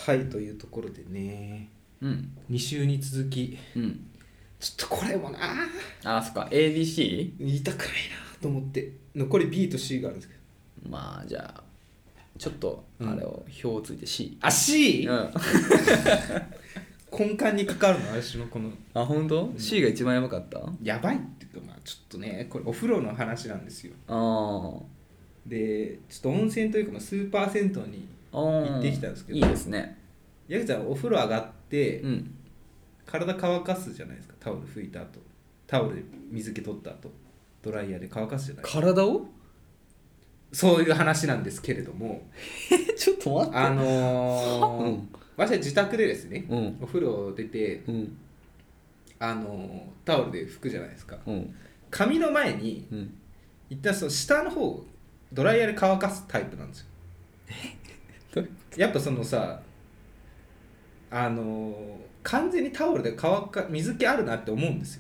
はいというところでね、2週に続き、ちょっとこれもなそっか ABC？ 言いたくないなと思って残り B と C があるんですけど、 まあじゃあちょっとあれを表をついて C。 C？ うん。 根幹にかかるの私のこの本当？ C が一番やばかった？ やばいっていうか、まあちょっとねこれお風呂の話なんですよ。でちょっと温泉というか、まあ、スーパー銭湯に行ってきたんですけど、 いいですね。 ヤクちゃんお風呂上がって、体乾かすじゃないですか。タオル拭いた後、タオルで水気取った後ドライヤーで乾かすじゃないですか。 体を？ そういう話なんですけれどもちょっと待って、 私は自宅でですね、お風呂出て、タオルで拭くじゃないですか。髪の前に、一旦その下の方をドライヤーで乾かすタイプなんですよ。やっぱそのさ、完全にタオルで水気あるなって思うんです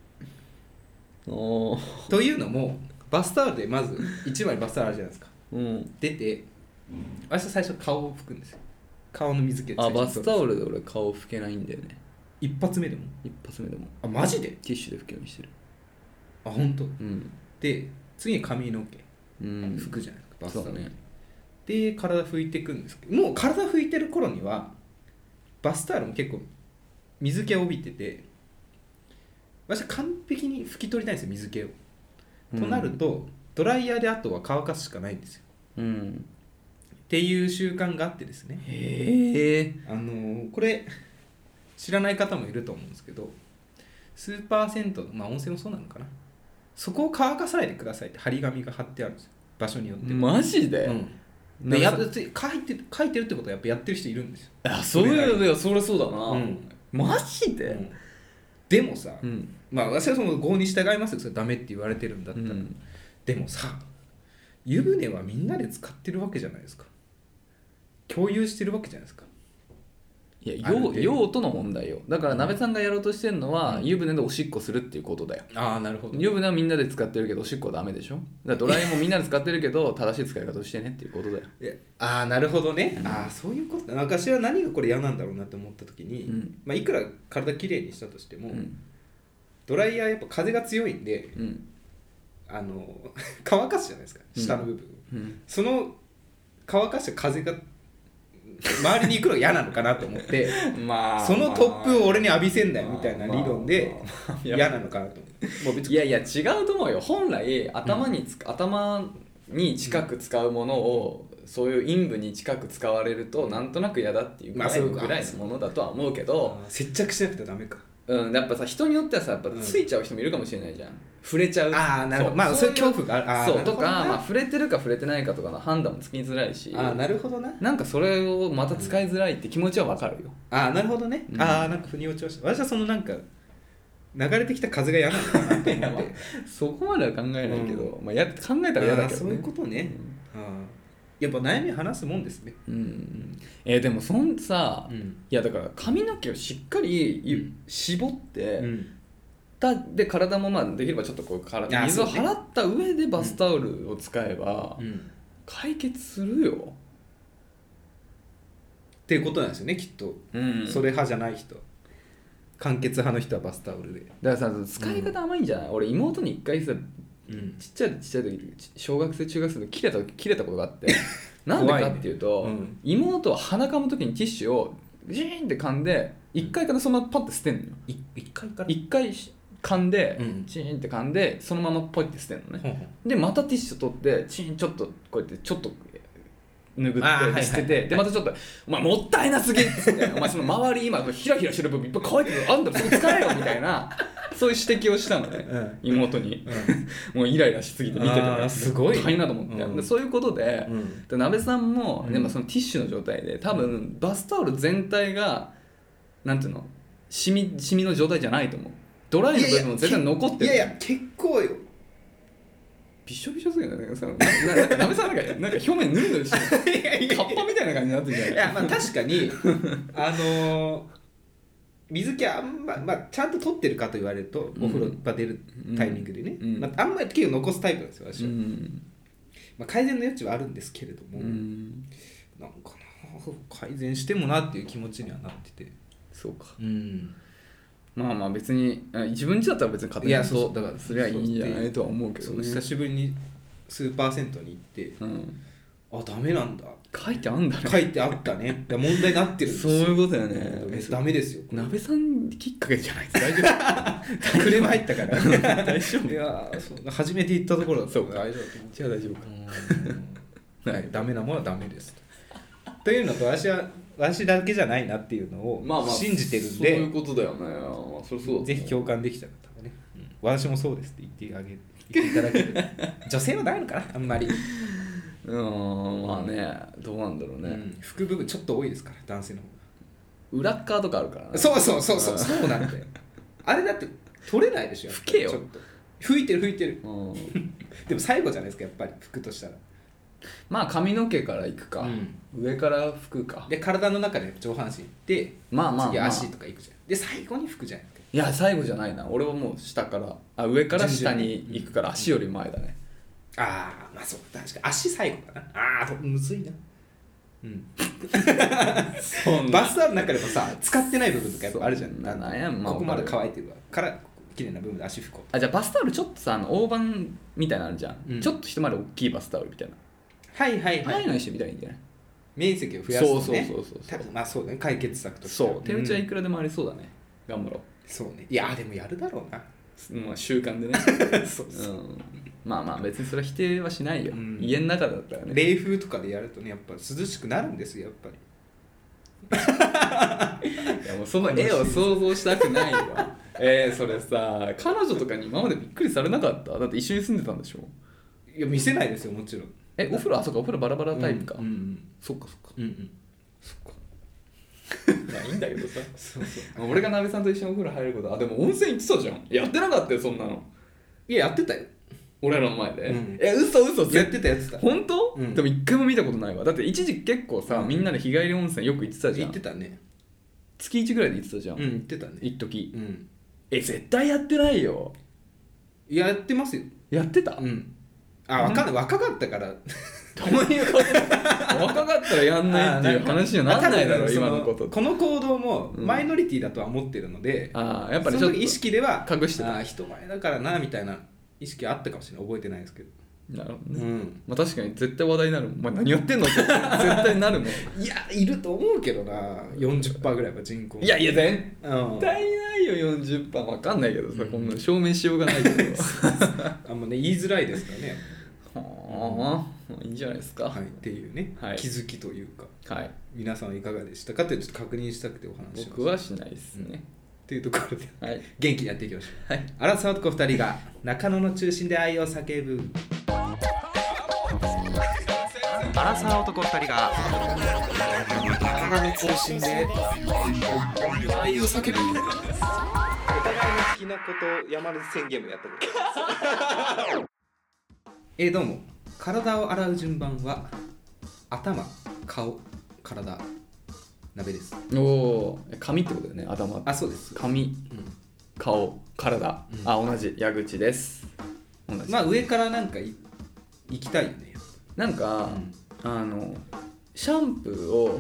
よ。というのもバスタオルでまず1枚バスタオルあるじゃないですか、出て私は最初顔を拭くんですよ。顔の水気でバスタオルで俺顔拭けないんだよね。 一発目でもマジでティッシュで拭くようにしてる。 本当？で次に髪の毛拭くじゃないですか、バスタオルで体拭いていくんですけど、もう体拭いてる頃にはバスタオルも結構水気を帯びてて、私は完璧に拭き取りたいんですよ、水気を。となるとドライヤーであとは乾かすしかないんですよ、っていう習慣があってですね。これ知らない方もいると思うんですけど、スーパー銭湯、温泉もそうなのかな、そこを乾かさないでくださいって張り紙が貼ってあるんですよ、場所によって。 マジで？ で書いてるってことはやっぱやってる人いるんですよ。 そういう、そりゃそうだな、マジで？ でもさ、私はその合に従いますよ、それダメって言われてるんだったら、でもさ、湯船はみんなで使ってるわけじゃないですか。共有してるわけじゃないですか。 いや、用途の問題よ。だから鍋さんがやろうとしてるのは、湯船でおしっこするっていうことだよ。 なるほど。 湯船はみんなで使ってるけどおしっこはダメでしょ。だからドライもみんなで使ってるけど正しい使い方をしてねっていうことだよ。 なるほどね。そういうことだ。私は何がこれ嫌なんだろうなって思った時に、いくら体きれいにしたとしても、ドライヤーやっぱ風が強いんで、乾かすじゃないですか、下の部分、その乾かした風が周りに行くのが嫌なのかなと思ってその突風を俺に浴びせんだよみたいな理論で嫌なのかなと思って。 いや違うと思うよ。本来頭に近く使うものを、そういう陰部に近く使われるとなんとなく嫌だっていうぐらいのものだとは思うけど、 接着しなくてダメか。 やっぱさ、人によってはさ、やっぱついちゃう人もいるかもしれないじゃん。触れちゃう。 なるほど。そういう恐怖がある。 とか、触れてるか触れてないかとかの判断もつきづらいし。 なるほどな。 なんかそれをまた使いづらいって気持ちはわかるよ。 なるほどね。なんか腑に落ちました。私はそのなんか流れてきた風が嫌なのかなと思ってそこまでは考えないけど、考えたら嫌だけどね。 そういうことね。やっぱ悩み話すもんですね。 でもさ、いやだから髪の毛をしっかり絞って、で体もできればちょっとこう水を払った上でバスタオルを使えば解決するよ、 っていうことなんですよね、きっと。それ派じゃない人、完結派の人はバスタオルで。 だからさ、使い方甘いんじゃない？俺妹に一回さ、ちっちゃい時小学生中学生で切れたことがあってなんでかっていうと、妹は鼻かむ時にティッシュをジーンって噛んで1回からそのままパッて捨てんのよ。1回噛んでチーンって噛んでそのままポイって捨てんのね、でまたティッシュ取ってチーンちょっとこうやってちょっと拭って捨てて、でまたちょっと「お前もったいなすぎ」っつって「お前その周り今ヒラヒラしてる部分いっぱい乾いてるあんたそこ使えよ」みたいなそういう指摘をしたのね、妹にもうイライラしすぎて見ててすごい大変なと思って、でそういうことで、鍋さんもでもそのティッシュの状態で多分バスタオル全体がなんていうのシミの状態じゃないと思う。ドライの部分も絶対残ってる。 いや結構よ、 びしょびしょすぎるね。なんか鍋さんなんか表面ぬるぬるしてるカッパみたいな感じになってるじゃない。 いや確かに水気ちゃんと取ってるかと言われると、お風呂場出るタイミングでね、あんまり結構残すタイプなんですよ私は。改善の余地はあるんですけれども、なんかな改善してもなっていう気持ちにはなってて。 そうか。 うんまあまあ別に自分家だったら別に勝手にそうだからすりゃいいんじゃないとは思うけどね。 久しぶりにスーパー銭湯に行って、あ、ダメなんだ、 書いてあんだね。 書いてあったね。問題になってるんですよ。 そういうことよね。 ダメですよ。 鍋さんきっかけじゃないですか。大丈夫。 クレーム入ったから大丈夫。 いや初めて行ったところだった。 そうか。大丈夫。じゃあ大丈夫か。 はい、ダメなものはダメですというのと、私だけじゃないなっていうのを信じてるんで、 そういうことだよね。それそうだ。 ぜひ共感できた方はね、私もそうですって言っていただける。女性はないのかな、あんまり。 まあね、どうなんだろうね。 服部分ちょっと多いですから、男性の方が。裏側とかあるからね。 そうなんだよ。あれだって取れないでしょ。 拭けよ。 ちょっと拭いてる。でも最後じゃないですか、やっぱり服としたら。 まあ髪の毛からいくか、上から服かで、体の中で上半身いって、次足とかいくじゃん。で、最後に服じゃない。 いや、最後じゃないな。俺はもう下から上から下に行くから、足より前だね。 まあそう、確かに足最後かな。むずいな。バスタオルの中でもさ、使ってない部分とかやっぱあるじゃん。ここまで乾いてるわから綺麗な部分で足拭こう。 じゃあバスタオルちょっとさ、大判みたいなのあるじゃん、ちょっと一回り大きいバスタオルみたいな。 はいああいうのにしてみたらいいんじゃない？ 面積を増やすのね。 そうまあそうだね、解決策として。 そう、手打ちはいくらでもありそうだね。頑張ろう。 そうね。いやでもやるだろうな。 習慣でね。まあまあ別にそれは否定はしないよ、家の中だったらね。 冷風とかでやるとね、やっぱ涼しくなるんですよ、やっぱり。 いやもうその絵を想像したくないわ。それさ、彼女とかに今までびっくりされなかった？だって一緒に住んでたんでしょ？ いや見せないですよ、もちろん。 お風呂、そうか、お風呂バラバラタイプか。そっか。まあいいんだけどさ。俺が鍋さんと一緒にお風呂入ること、でも温泉行ってたじゃん。やってなかったよ、そんなの。 いや、やってたよ。 俺らの前で。嘘。 やってた。 本当？でも一回も見たことないわ。だって一時結構さ、みんなで日帰り温泉よく行ってたじゃん。 行ってたね。 月1ぐらいで行ってたじゃん。 行ってたね。 一時。絶対やってないよ。 やってますよ。 やってた？ わかんない。若かったから。 どういうこと？若かったらやんないっていう話にはならないだろ、今のこと。 この行動もマイノリティだとは思ってるので、 やっぱりその時意識では隠してた。 人前だからなみたいな意識あったかもしれない。覚えてないですけど。 なるほどね。まあ確かに絶対話題になるもん。お前何やってんのって絶対になるもん。 いや、いると思うけどな。40% ぐらいは人口。 いや絶対ないよ、40%。分かんないけどさ、こんな証明しようがないけど。 あんまね、言いづらいですからね。 いいんじゃないですか。 っていうね、気づきというか、皆さんはいかがでしたかってちょっと確認したくてお話しします。 僕はしないですね。 というところで、元気にやっていきましょう。アラサー男2人が中野の中心で愛を叫ぶ。アラサー男2人が中野の中心で愛を叫ぶ。お互いの好きなこと山根宣言もやったことです。どうも。体を洗う順番は頭、顔、体、鍋です。 髪ってことだよね、頭。 そうです。 髪、顔、体。同じ。矢口です。 まあ上からなんか行きたいよね。 なんか、シャンプーを、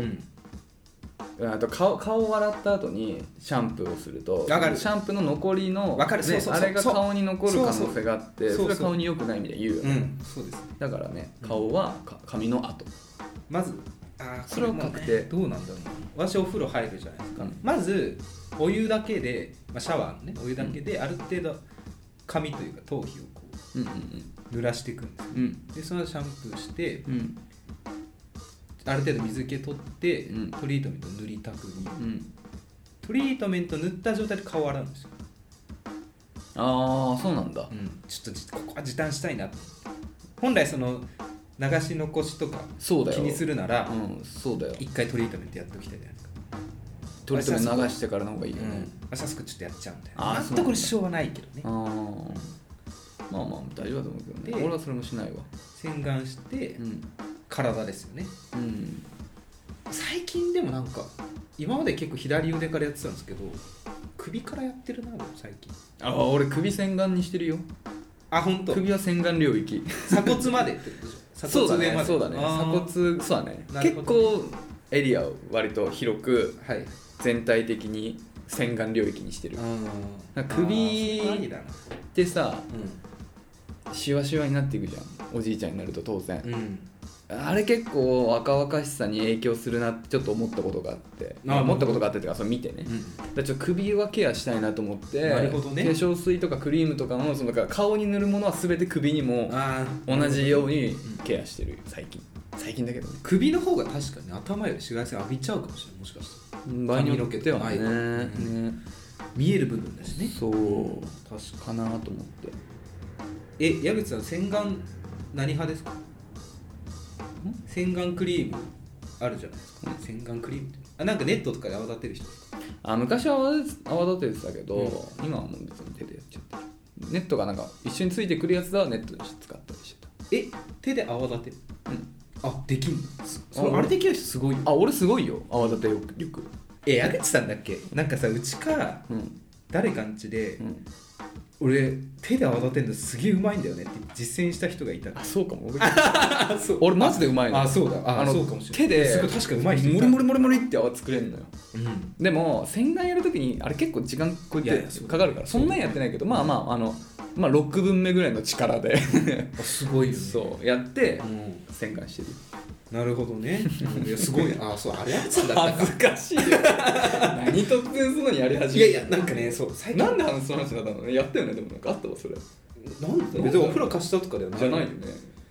顔を洗った後にシャンプーをすると、シャンプーの残りのあれが顔に残る可能性があって、それは顔に良くないみたいな言うよね。だからね、顔は髪の後。 まずそれを確定。 どうなんだろう。私お風呂入るじゃないですか。まずお湯だけで、シャワーのねお湯だけである程度髪というか頭皮をこう濡らしていくんです。でそのシャンプーして、ある程度水気取って、トリートメント塗りたくに、トリートメント塗った状態で顔を洗うんですよ。 そうなんだ。 ちょっとここは時短したいなと。本来その流し残しとか気にするなら、一回トリートメントやっておきたいじゃないですか。 トリートメント流してからの方がいいよね。 朝すくちょっとやっちゃうみたいな。全くこれ支障はないけどね。 まあ大丈夫だと思うけどね。俺はそれもしないわ。 洗顔して、体ですよね。最近でもなんか今まで結構左腕からやってたんですけど、首からやってるな最近。 俺首洗顔にしてるよ。 本当。 首は洗顔領域。 鎖骨までってことでしょ。鎖骨上まで。 そうだね。鎖骨、そうだね。結構エリアを割と広く、 はい、 全体的に洗顔領域にしてる。なんか首ってさ、シワシワになっていくじゃん、おじいちゃんになると当然、あれ結構若々しさに影響するなってちょっと思ったことがあって、思ったことがあってっていうか、それ見てね、だちょっと首はケアしたいなと思って、 なるほどね、 化粧水とかクリームとかもその顔に塗るものは全て首にも同じようにケアしてる最近だけどね。 首の方が確かに頭より紫外線浴びちゃうかもしれない、もしかして髪の毛ではね、 見える部分だしね。 そう確かなと思って。 矢口さん洗顔何派ですか？洗顔クリームあるじゃないですか、洗顔クリームってなんかネットとかで泡立てる人ですか？ 昔は泡立ててたけど、今はもう別に手でやっちゃってる。ネットがなんか一緒についてくるやつはネットで使ったりしてた。手で泡立てる？できんの？あれできる人すごいよ。 俺すごいよ、泡立てよく。 矢口さんだっけ？なんかさ、うちか、誰かんちで、俺手で泡立てるのすげえうまいんだよねって実践した人がいた。 そうかも。俺マジでうまいの。 そうだ。そうかもしれない。 手ですごい確かうまい人いた。モリって泡作れるのよ。でも洗顔やるときにあれ結構時間こうやってかかるから、そんなんやってないけど、6分目ぐらいの力ですごいよね。 そうやって洗顔してる。 なるほどね。いやすごい。そうあれやつだったか。 恥ずかしいよ。何突然そんなにやり始めた。 いやなんかね、そう最近なんでその話だったの？やったよね。でもなんかあったわそれ。 なんで？別にお風呂貸したとかではない。 じゃないよね。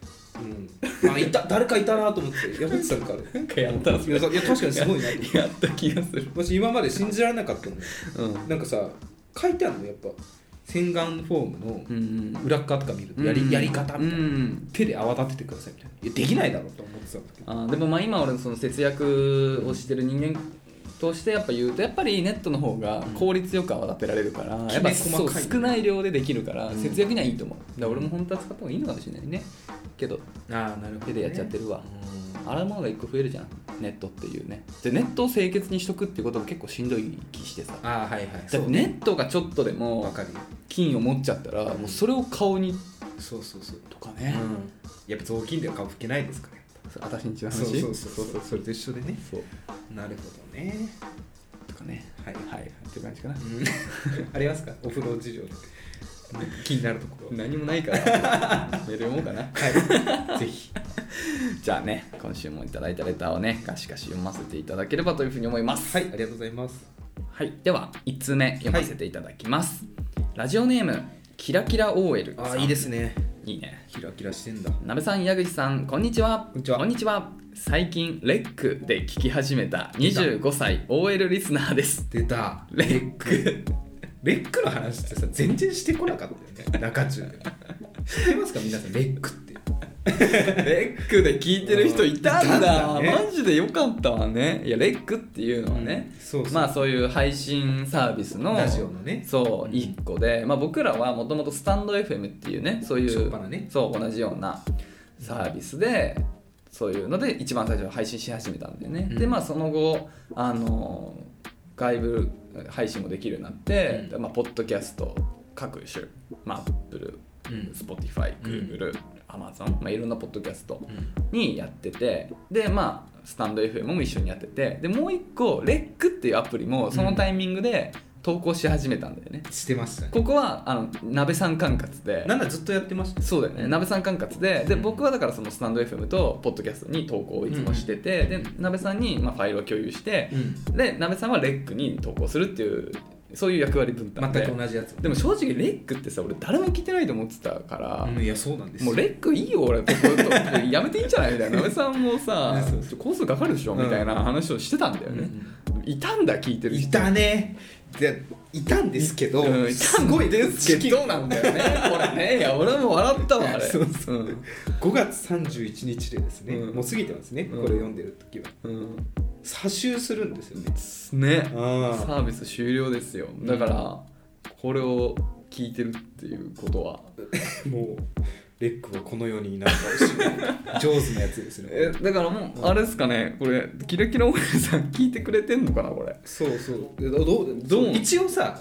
誰かいたなと思って矢口さんからなんかやったら、いや確かにすごいなとやった気がする。 私今まで信じられなかったの。なんかさ書いてあるのやっぱ洗顔フォームの裏側とか見るとやり方みたいな、手で泡立ててくださいみたいな。いやできないだろうと思ってたんだけど。 でも今俺その節約をしてる人間としてやっぱ言うと、やっぱりネットの方が効率よく泡立てられるから、やっぱそう少ない量でできるから節約にはいいと思う。だから俺も本当は使った方がいいのかもしれないね。けどなるほどね、 手でやっちゃってるわ。洗うものが1個増えるじゃん、ネットっていうね。でネットを清潔にしとくっていうことが結構しんどい気してさ。 はいはい。 だってネットがちょっとでも菌を持っちゃったら、もうそれを顔にそうとかね、 やっぱ雑巾では顔拭けないですからね。 私に違う話。 そうそれと一緒でね。なるほどね。 とかね。はいっていう感じかな。 ありますか？お風呂事情で気になるところ。 何もないからメール読もうかな。 はいぜひ。 じゃあね、今週もいただいたレターをねガシガシ読ませていただければというふうに思います。 はい、ありがとうございます。 はい、では1通目読ませていただきます。ラジオネームキラキラ OL さん。 いいですね。 いいね。 キラキラしてんだ。 なべさん、矢口さん、こんにちは。こんにちは。最近レックで聞き始めた25歳 OL リスナーです。 出た。レックの話ってさ全然してこなかったよね、中中で。知ってますか皆さん、レックって。 レックで聞いてる人いたんだ、ね、マジでよかったわね。いやレックっていうのはね、そういう配信サービスのラジオのね、 そう一個で、僕らはもともとスタンド FM っていうね、そういう、そう同じようなサービスでそういうので一番最初配信し始めたんだよね。でその後外部配信もできるようになって、ポッドキャスト各種、Apple、Spotify、Google、Amazon、いろんなポッドキャストにやってて、でスタンド FM も一緒にやってて、でもう一個レックっていうアプリもそのタイミングで投稿し始めたんだよね。 してましたね。 ここは鍋さん管轄で、 なんだずっとやってました。 そうだよね、鍋さん管轄で、僕はだからそのスタンド FM とポッドキャストに投稿をいつもしてて、で鍋さんにファイルを共有して、で鍋さんはレックに投稿するっていう、そういう役割分担で。 全く同じやつ。 でも正直レックってさ、俺誰も聞いてないと思ってたから、 いやそうなんですよ。 もうレックいいよ俺、ここやめていいんじゃないみたいな。鍋さんもさコースかかるでしょみたいな話をしてたんだよね。いたんだ、聞いてる人。 いたね。いたんですけど、 すごいですけどなんだよねこれね。いや俺も笑ったわあれ。 そう5月31日でですね、もう過ぎてますね、これ読んでる時は。査集するんですよね。 サービス終了ですよ。だからこれを聞いてるっていうことはもうレックはこの世にいないかもしれない上手なやつですね。 だからもうあれですかね、これキラキラお姉さん聞いてくれてんのかなこれ。 そう一応さ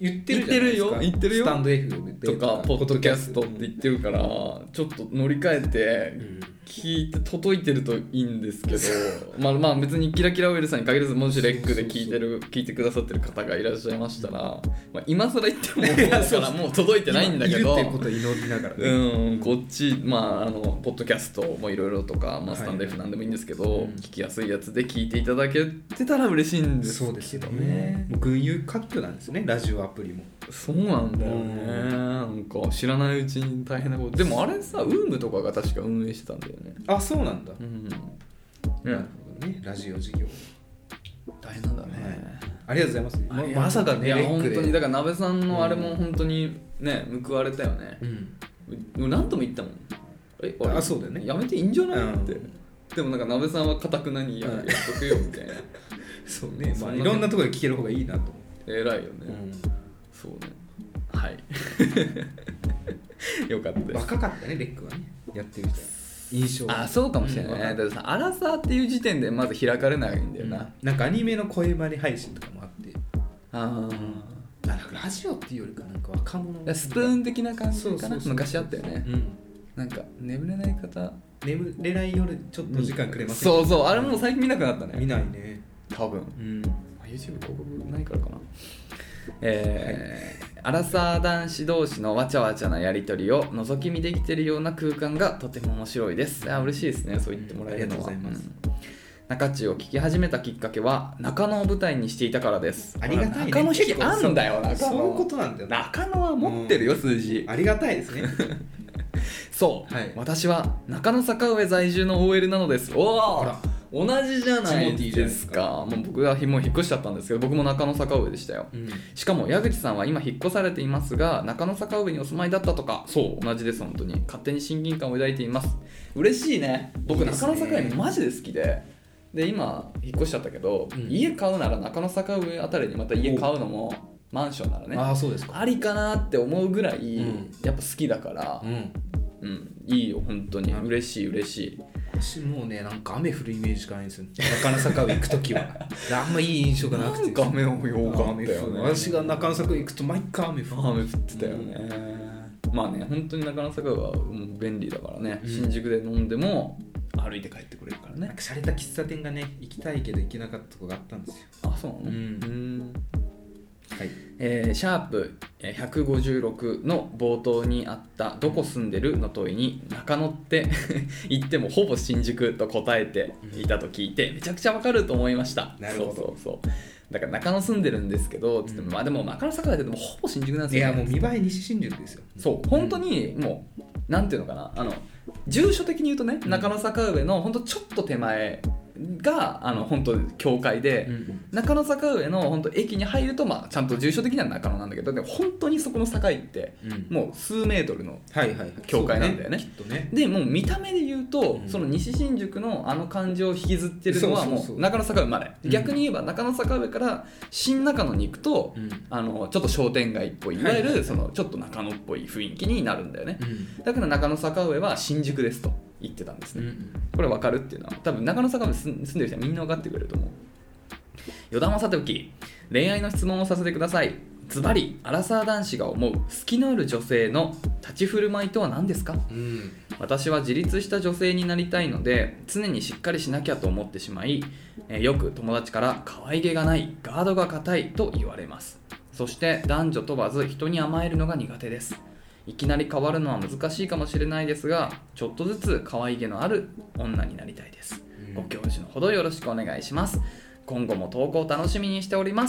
言ってるじゃないですか。 言ってるよスタンド FM とかポッドキャストって言ってるから、ちょっと乗り換えて聞いて届いてるといいんですけど、まあ別にキラキラ OL さんに限らず、もしレックで聞いてくださってる方がいらっしゃいましたら、今更言ってもだからもう届いてないんだけど、 いるっていうことを祈りながらね、こっちポッドキャストもいろいろとか、スタンド F なんでもいいんですけど、聞きやすいやつで聞いていただけてたら嬉しいんですけどね。そうですよね。 もう群雄割拠なんですね、ラジオアプリも。 そうなんだよね。なんか知らないうちに大変なこと。でもあれさ、UM とかが確か運営してたんだよね。 あ、そうなんだ。 なるほどね、ラジオ事業大変なんだね。 ありがとうございます。まさかね、 いや本当にだから鍋さんのあれも本当にね、報われたよね。何度も言ったもん。 あ、そうだよね。 やめていいんじゃないって。でもなんか鍋さんは固くなにやっとくよみたいな。 そうね。まあいろんなところで聞ける方がいいなと思って。 偉いよね。そうね。はい。よかったです。 若かったね、レックはね。やってる人。印象。 あ、そうかもしれないね。だってさ、アラサーっていう時点でまず開かれないんだよな。 なんかアニメの声真似配信とかもあって。 ああ。 ラジオっていうよりかなんか若者。 スプーン的な感じかな。昔あったよね。なんか眠れない方。 眠れない夜ちょっと時間くれません。 そうそう、あれもう最近見なくなったね。 見ないね。 多分。YouTube 広告ないからかな。アラサー男子同士のわちゃわちゃなやり取りを覗き見できているような空間がとても面白いです。嬉しいですね、そう言ってもらえるのは。中中を聞き始めたきっかけは中野を舞台にしていたからです。 ありがたいね。 中野引きあんだよ。 そういうことなんだよ。 中野は持ってるよ、数字。 ありがたいですね。 そう、私は中野坂上在住の OL なのです。おお、同じじゃないですか。もう僕はもう引っ越しちゃったんですけど、僕も中野坂上でしたよ。しかも矢口さんは今引っ越されていますが、中野坂上にお住まいだったとか。そう、同じです。本当に勝手に親近感を抱いています。嬉しいね。僕中野坂上マジで好きで今引っ越しちゃったけど、家買うなら中野坂上あたりにまた家買うのもマンションならね、 あ、そうですか。 ありかなって思うぐらい、やっぱ好きだから、いいよ本当に。嬉しい。 私もうね、なんか雨降るイメージしかないんですよ。中野坂上行くときはあんまいい印象がなくて。 なんか雨の予感あったよね。 私が中野坂上行くと毎回雨降ってたよね。まあね、本当に中野坂上は便利だからね。新宿で飲んでも歩いて帰ってくれるからね。 なんか洒落た喫茶店がね、行きたいけど行けなかったとこがあったんですよ。 あ、そうなの？ はい。 シャープ156の冒頭にあったどこ住んでるの問いに中野って言ってもほぼ新宿と答えていたと聞いて、めちゃくちゃわかると思いました。 なるほど。 そうだから中野住んでるんですけどつって、まあでも中野坂上でもほぼ新宿なんですよね。 いやもう見栄え西新宿ですよ。 そう、本当にもうなんていうのかな、住所的に言うとね、中野坂上の本当ちょっと手前が本当教会で、中野坂上の本当駅に入ると、ちゃんと住所的には中野なんだけど、でも本当にそこの境って、もう数メートルの教会なんだよね。でもう見た目で言うと、その西新宿の感じを引きずってるのはもう中野坂上まで。逆に言えば中野坂上から新中野に行くと、ちょっと商店街っぽい、いわゆるそのちょっと中野っぽい雰囲気になるんだよね。だから中野坂上は新宿ですと言ってたんですね。これ分かるっていうのは多分中野坂上住んでる人はみんな分かってくれると思う。余談はさておき、恋愛の質問をさせてください。ズバリアラサー男子が思う好きのある女性の立ち振る舞いとは何ですか？私は自立した女性になりたいので常にしっかりしなきゃと思ってしまい、よく友達から可愛げがない、ガードが硬いと言われます。そして男女問わず人に甘えるのが苦手です。いきなり変わるのは難しいかもしれないですが、ちょっとずつ可愛げのある女になりたいです。ご教授のほどよろしくお願いします。今後も投稿楽しみにしております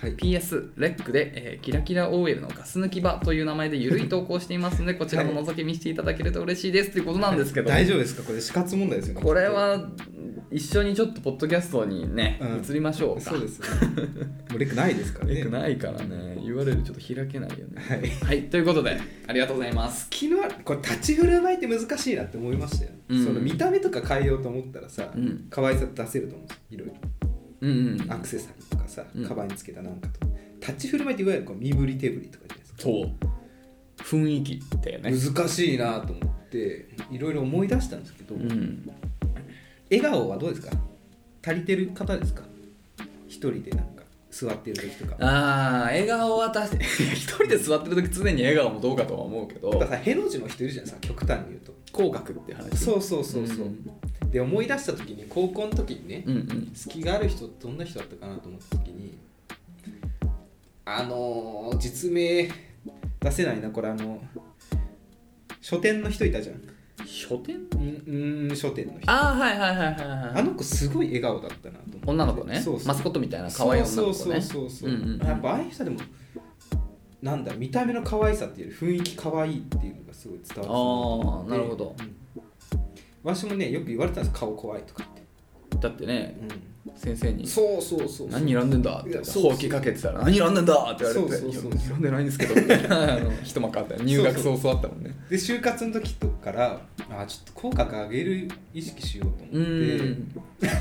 。PS レックで、キラキラ OL のガス抜き場という名前でゆるい投稿していますのでこちらも覗き見していただけると嬉しいですということなんですけど、 大丈夫ですか？これ死活問題ですよね。 これは一緒にちょっとポッドキャストにね、移りましょうか。 そうですね。もうレックないですからね。 レックないからね、URL ちょっと開けないよね。はい、ということでありがとうございます。 昨日これ立ち振る舞いって難しいなって思いましたよ。その見た目とか変えようと思ったらさ、可愛さ出せると思うんですよ。いろいろ。アクセサリーとかさ、カバンにつけたなんかと立ち振る舞いっていわゆるこう身振り手振りとかじゃないですか。 そう雰囲気ってね難しいなと思っていろいろ思い出したんですけど、笑顔はどうですか？足りてる方ですか？一人でなんか座ってる時とか。 笑顔は確かに一人で座ってる時常に笑顔もどうかとは思うけど、 だからさへの字の人いるじゃんさ、極端に言うと口角って話。 そうそう、で思い出した時に高校の時にね、隙がある人どんな人だったかなと思った時に実名出せないなこれ、書店の人いたじゃん。 書店書店の人。 はいあの子すごい笑顔だったなと思って。 女の子ね。マスコットみたいな可愛い女の子ね。やっぱああいう人でもなんだ見た目の可愛さっていう雰囲気可愛いっていうのがすごい伝わる。 なるほど。 私もねよく言われたんです、顔怖いとかって。 だってね、先生にそう何睨んでんだってほうきかけてたら何睨んでんだって言われて、睨んでないんですけどみたいな一幕あったよ。入学早々あったもんね。 で就活の時とかからちょっと口角上げる意識しようと思って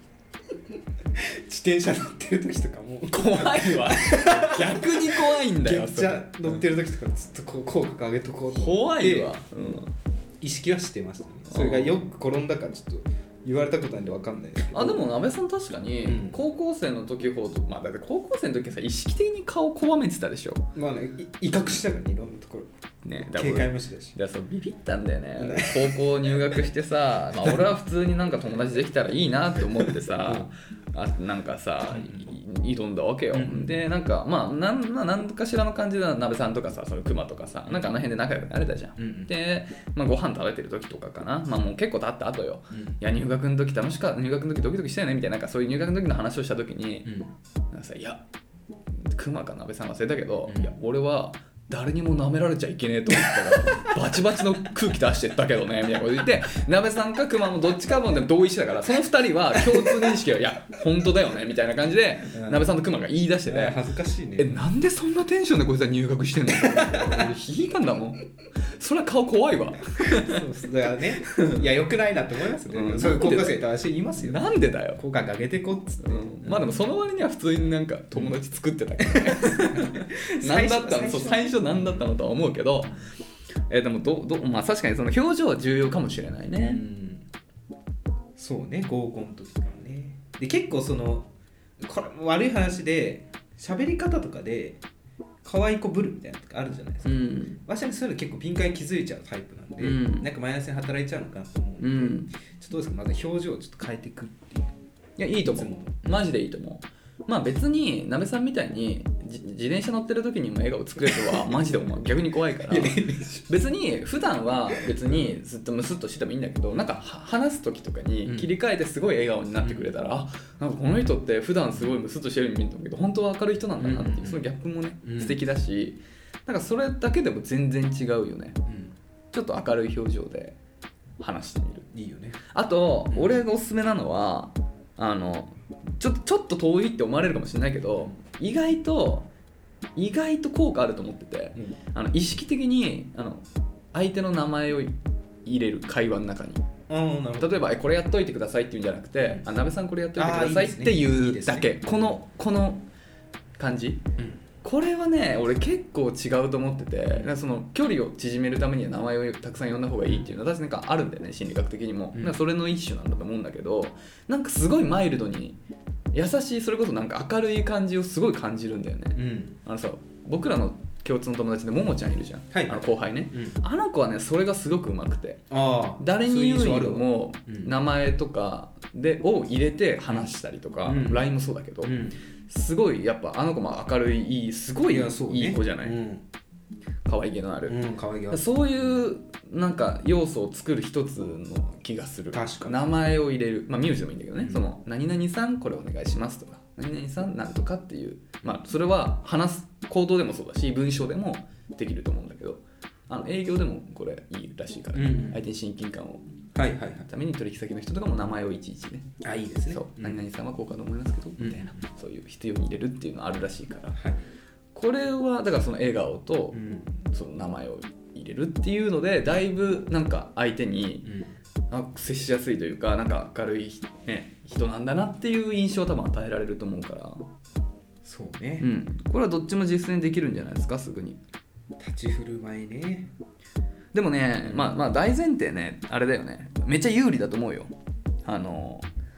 自転車乗ってる時とかも怖いわ逆に怖いんだよ。 めっちゃ乗ってる時とかずっとこう口角上げとこうと思って怖いわ、 意識はしてましたね。それがよく転んだからちょっと言われたことなんで分かんないですけど。 でもなべさん確かに高校生の時ほど、だって高校生の時はさ意識的に顔こわめてたでしょ。 まあね、威嚇したからね、いろんなところね、警戒無視だし。 そうビビったんだよね高校入学してさ、俺は普通になんか友達できたらいいなって思ってさなんかさ挑んだわけよ、でなんかなんかしらの感じでなべさんとかさ、そのクマとかさ、なんかあの辺で仲良くなれたじゃん、で、ご飯食べてる時とかかな、もう結構経った後よ、いや入学の時入学の時ドキドキしたよねみたいな、なんかそういう入学の時の話をした時に、なんかさ、いやクマかなべさん忘れたけど、いや俺は誰にも舐められちゃいけねえと思ったらバチバチの空気出してったけどねみたいなこと言って、なべさんかクマもどっちかもでも同意してたから、その2人は共通認識がいや本当だよねみたいな感じでなべさんとクマが言い出してて、 恥ずかしいね。 なんでそんなテンションでこいつは入学してんの俺引いたんだもん。それは顔怖いわそうだからね、いやよくないなって思いますね、そういう高校生と私言いますよ。 なんでだよ、 口角上げてこっつって、 でもその割には普通になんか友達作ってたけどね何だったの最初何だったのとは思うけど、でも確かにその表情は重要かもしれないね。 そうね、合コンの時とかね。で結構これも悪い話で喋り方とかで可愛い子ぶるみたいなのとかあるじゃないですか、私はそういうの結構敏感に気づいちゃうタイプなんで、なんかマイナスに働いちゃうのかなと思うんで、ちょっとどうですか、また表情をちょっと変えていくっていう。 いやいいと思う、マジでいいと思う。別になべさんみたいに自転車乗ってる時にも笑顔作れるとはマジで思う。逆に怖いから別に普段は別にずっとムスッとしてもいいんだけど、なんか話す時とかに切り替えてすごい笑顔になってくれたら、なんかこの人って普段すごいムスッとしてるように見えるんだけど本当は明るい人なんだなっていう、そのギャップもね素敵だし、なんかそれだけでも全然違うよね、ちょっと明るい表情で話してみる。 いいよね。 あと俺がおすすめなのはちょっと遠いって思われるかもしれないけど、意外と効果あると思ってて、意識的に相手の名前を入れる、会話の中に。例えばこれやっといてくださいっていうんじゃなくて、なべさんこれやっといてくださいっていうだけ、この感じ、これはね俺結構違うと思ってて、その距離を縮めるためには名前をたくさん呼んだ方がいいっていうのは私なんかあるんだよね、心理学的にも。それの一種なんだと思うんだけど、なんかすごいマイルドに優しい、それこそなんか明るい感じをすごい感じるんだよね、僕らの共通の友達でももちゃんいるじゃん、後輩ね、あの子はねそれがすごくうまくて、誰に言うよりも名前とかを入れて話したりとか、LINE もそうだけど、すごいやっぱあの子も明るい、すごいいい子じゃない、可愛げのある、そういうなんか要素を作る一つの気がする。名前を入れる、名字でもいいんだけどね、その何々さんこれお願いしますとか、何々さんなんとかっていう、それは話す行動でもそうだし文章でもできると思うんだけど、営業でもこれいいらしいから、相手に親近感をために取引先の人とかも名前をいちいちね、 いいですね、 何々さんはこうかと思いますけど、みたいな、そういう必要に入れるっていうのあるらしいから、これはだからその笑顔とその名前を入れるっていうのでだいぶなんか相手に接しやすいというか、なんか明るい、人なんだなっていう印象を多分与えられると思うから。 そうね、 これはどっちも実践できるんじゃないですか、すぐに。 立ち振る舞いね。 でもね、大前提ねあれだよね、めっちゃ有利だと思うよ。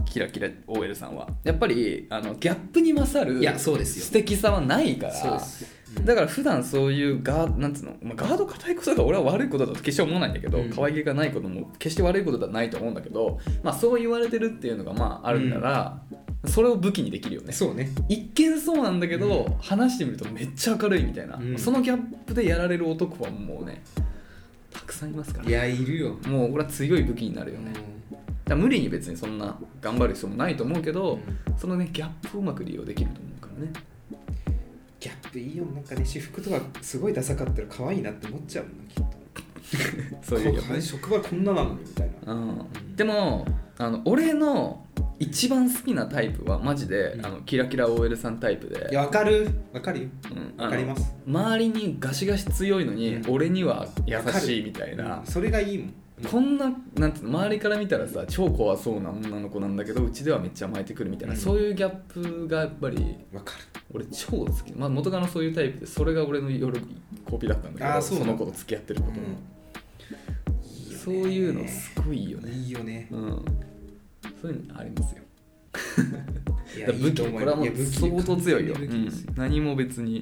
キラキラ OL さんはやっぱりギャップに勝る素敵さはないから。そうです、だから普段そういうなんつうの、ガード硬いことが俺は悪いことだと決して思わないんだけど、可愛げがないことも決して悪いことではないと思うんだけど、そう言われてるっていうのがあるんなら、それを武器にできるよね。 そうね、 一見そうなんだけど、話してみるとめっちゃ明るいみたいな、そのギャップでやられる男はもうねたくさんいますから。 いや、いるよ。 もう俺は強い武器になるよね。だ無理に別にそんな頑張る必要もないと思うけど、そのねギャップをうまく利用できると思うからね。 ギャップいいよ。なんかね、私服とかすごいダサかったら可愛いなって思っちゃうもんな、きっと。そういう、職場こんななのにみたいな。 でも俺の一番好きなタイプはマジで、キラキラ OL さんタイプで。 いや、わかるよ、わかります。 周りにガシガシ強いのに、俺には優しいみたいな、 それがいいもん。 こんな、なんていうの、周りから見たらさ超怖そうな女の子なんだけど、うちではめっちゃ甘えてくるみたいな、そういうギャップがやっぱりわかる。 俺超好き。元カノそういうタイプで、それが俺の喜びだったんだけど、その子と付き合ってることも、そういうのすごいいいよね。 いいよね。 そういうのありますよ。武器、これはもう相当強いよ。何も別に、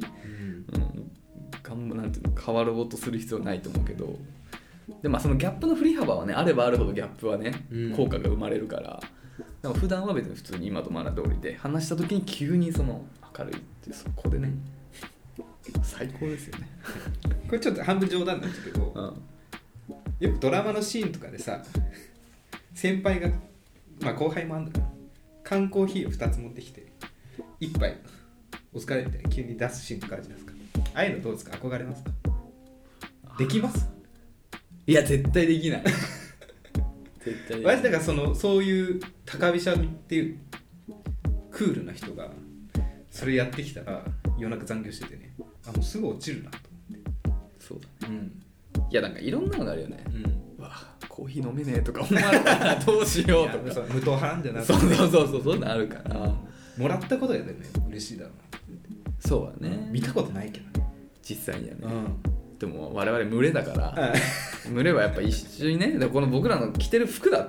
なんていうの、変わろうとする必要ないと思うけど、でそのギャップの振り幅はね、あればあるほどギャップはね、効果が生まれるから。でも普段は別に普通に今とまだ通りで、話した時に急にその明るいってそこでね、最高ですよね。 これちょっと半分冗談なんですけど、よくドラマのシーンとかでさ、先輩が後輩もあるんだから缶コーヒーを2つ持ってきて1杯お疲れみたいな急に出すシーンとかあるじゃないですか。ああいうのどうですか？憧れますか？できます？ いや、絶対できない。絶対できない。 私だからそういう高飛車っていうクールな人がそれやってきたら夜中残業しててね、もうすぐ落ちるなと思って。 そうだね。いや、なんかいろんなのがあるよね。うわ、コーヒー飲めねえとか思われたらどうしようとか。 無党派なんじゃなくて。 そういうのあるから。 もらったことやでね、嬉しいだろうな。 そうだね。 見たことないけどね。 実際にはね。でも我々群れだから、群れはやっぱ一緒にね、この僕らの着てる服だって、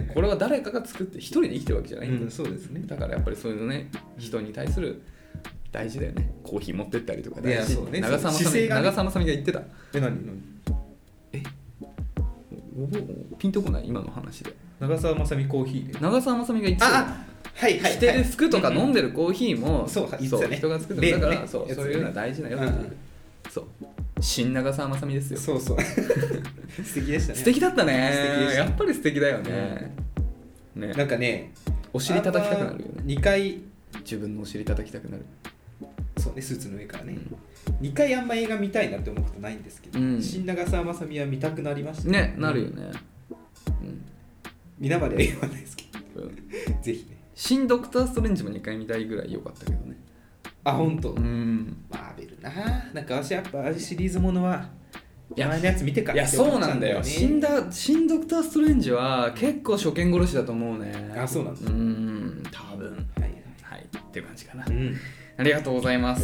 これは誰かが作って一人で生きてるわけじゃないんだ。 そうですね。 だからやっぱりそういうのね、人に対する大事だよね。コーヒー持ってったりとか大事。 そうね、 長澤まさみが言ってた。 何ピンとこない今の話で。 長澤まさみコーヒーで。 長澤まさみが言ってた。着てる服とか飲んでるコーヒーも、 そう人が作ってる。だからそういうのは大事だよっていう。そう。新長澤まさみですよ。 そう素敵でしたね。 素敵だったね。やっぱり素敵だよね。 なんかね、 お尻叩きたくなるよね。 2回自分のお尻叩きたくなる。 そうね、スーツの上からね。2回あんま映画見たいなって思うことないんですけど、新長澤まさみは見たくなりましたね。なるよね。 皆までは言わないですけど、ぜひね。 新ドクターストレンジも2回見たいぐらい良かったけどね。 本当。マーベルな。なんか私やっぱシリーズものは前のやつ見てから。 いや、そうなんだよ。新ドクターストレンジは結構初見殺しだと思うね。 そうなんだ。 多分。はいっていう感じかな。ありがとうございます。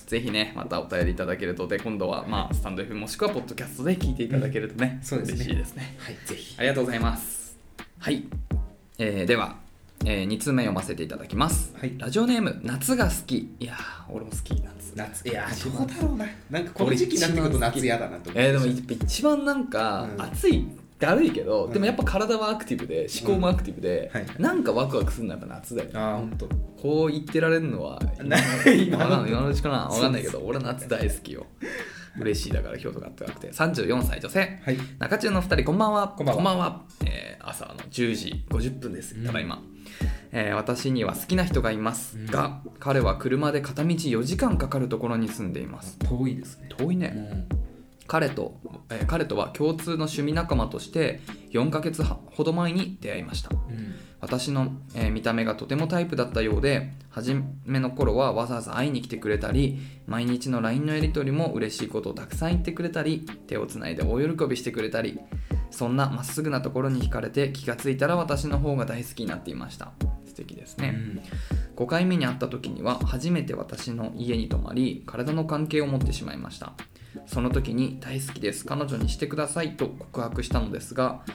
ぜひね、またお便りいただけるとで、今度はスタンド F もしくはポッドキャストで聞いていただけるとね、嬉しいですね。 はい、ぜひ。 ありがとうございます。はい。では、2通目読ませていただきます。ラジオネーム、夏が好き。いやー、俺も好きなんです。 夏、いやー、どうだろうな。なんかこの時期になってくると夏嫌だなと思って。 でも一番なんか、暑い。だるいけど、でもやっぱ体はアクティブで思考もアクティブで、なんかワクワクするのはやっぱ夏だよね。 本当。 こう言ってられるのは今のうちかな、分かんないけど、俺夏大好きよ。嬉しい。だから京都があったかくて。34歳女性、中中の2人、こんばんは。朝の10時50分です。ただいま、私には好きな人がいますが、彼は車で片道4時間かかるところに住んでいます。 遠いですね。 遠いね。彼とは共通の趣味仲間として4ヶ月ほど前に出会いました。私の、見た目がとてもタイプだったようで、初めの頃はわざわざ会いに来てくれたり、毎日の LINE のやり取りも嬉しいことをたくさん言ってくれたり、手をつないで大喜びしてくれたり、そんなまっすぐなところに惹かれて、気がついたら私の方が大好きになっていました。素敵ですね。5回目に会った時には初めて私の家に泊まり、体の関係を持ってしまいました。その時に大好きです、彼女にしてくださいと告白したのですが、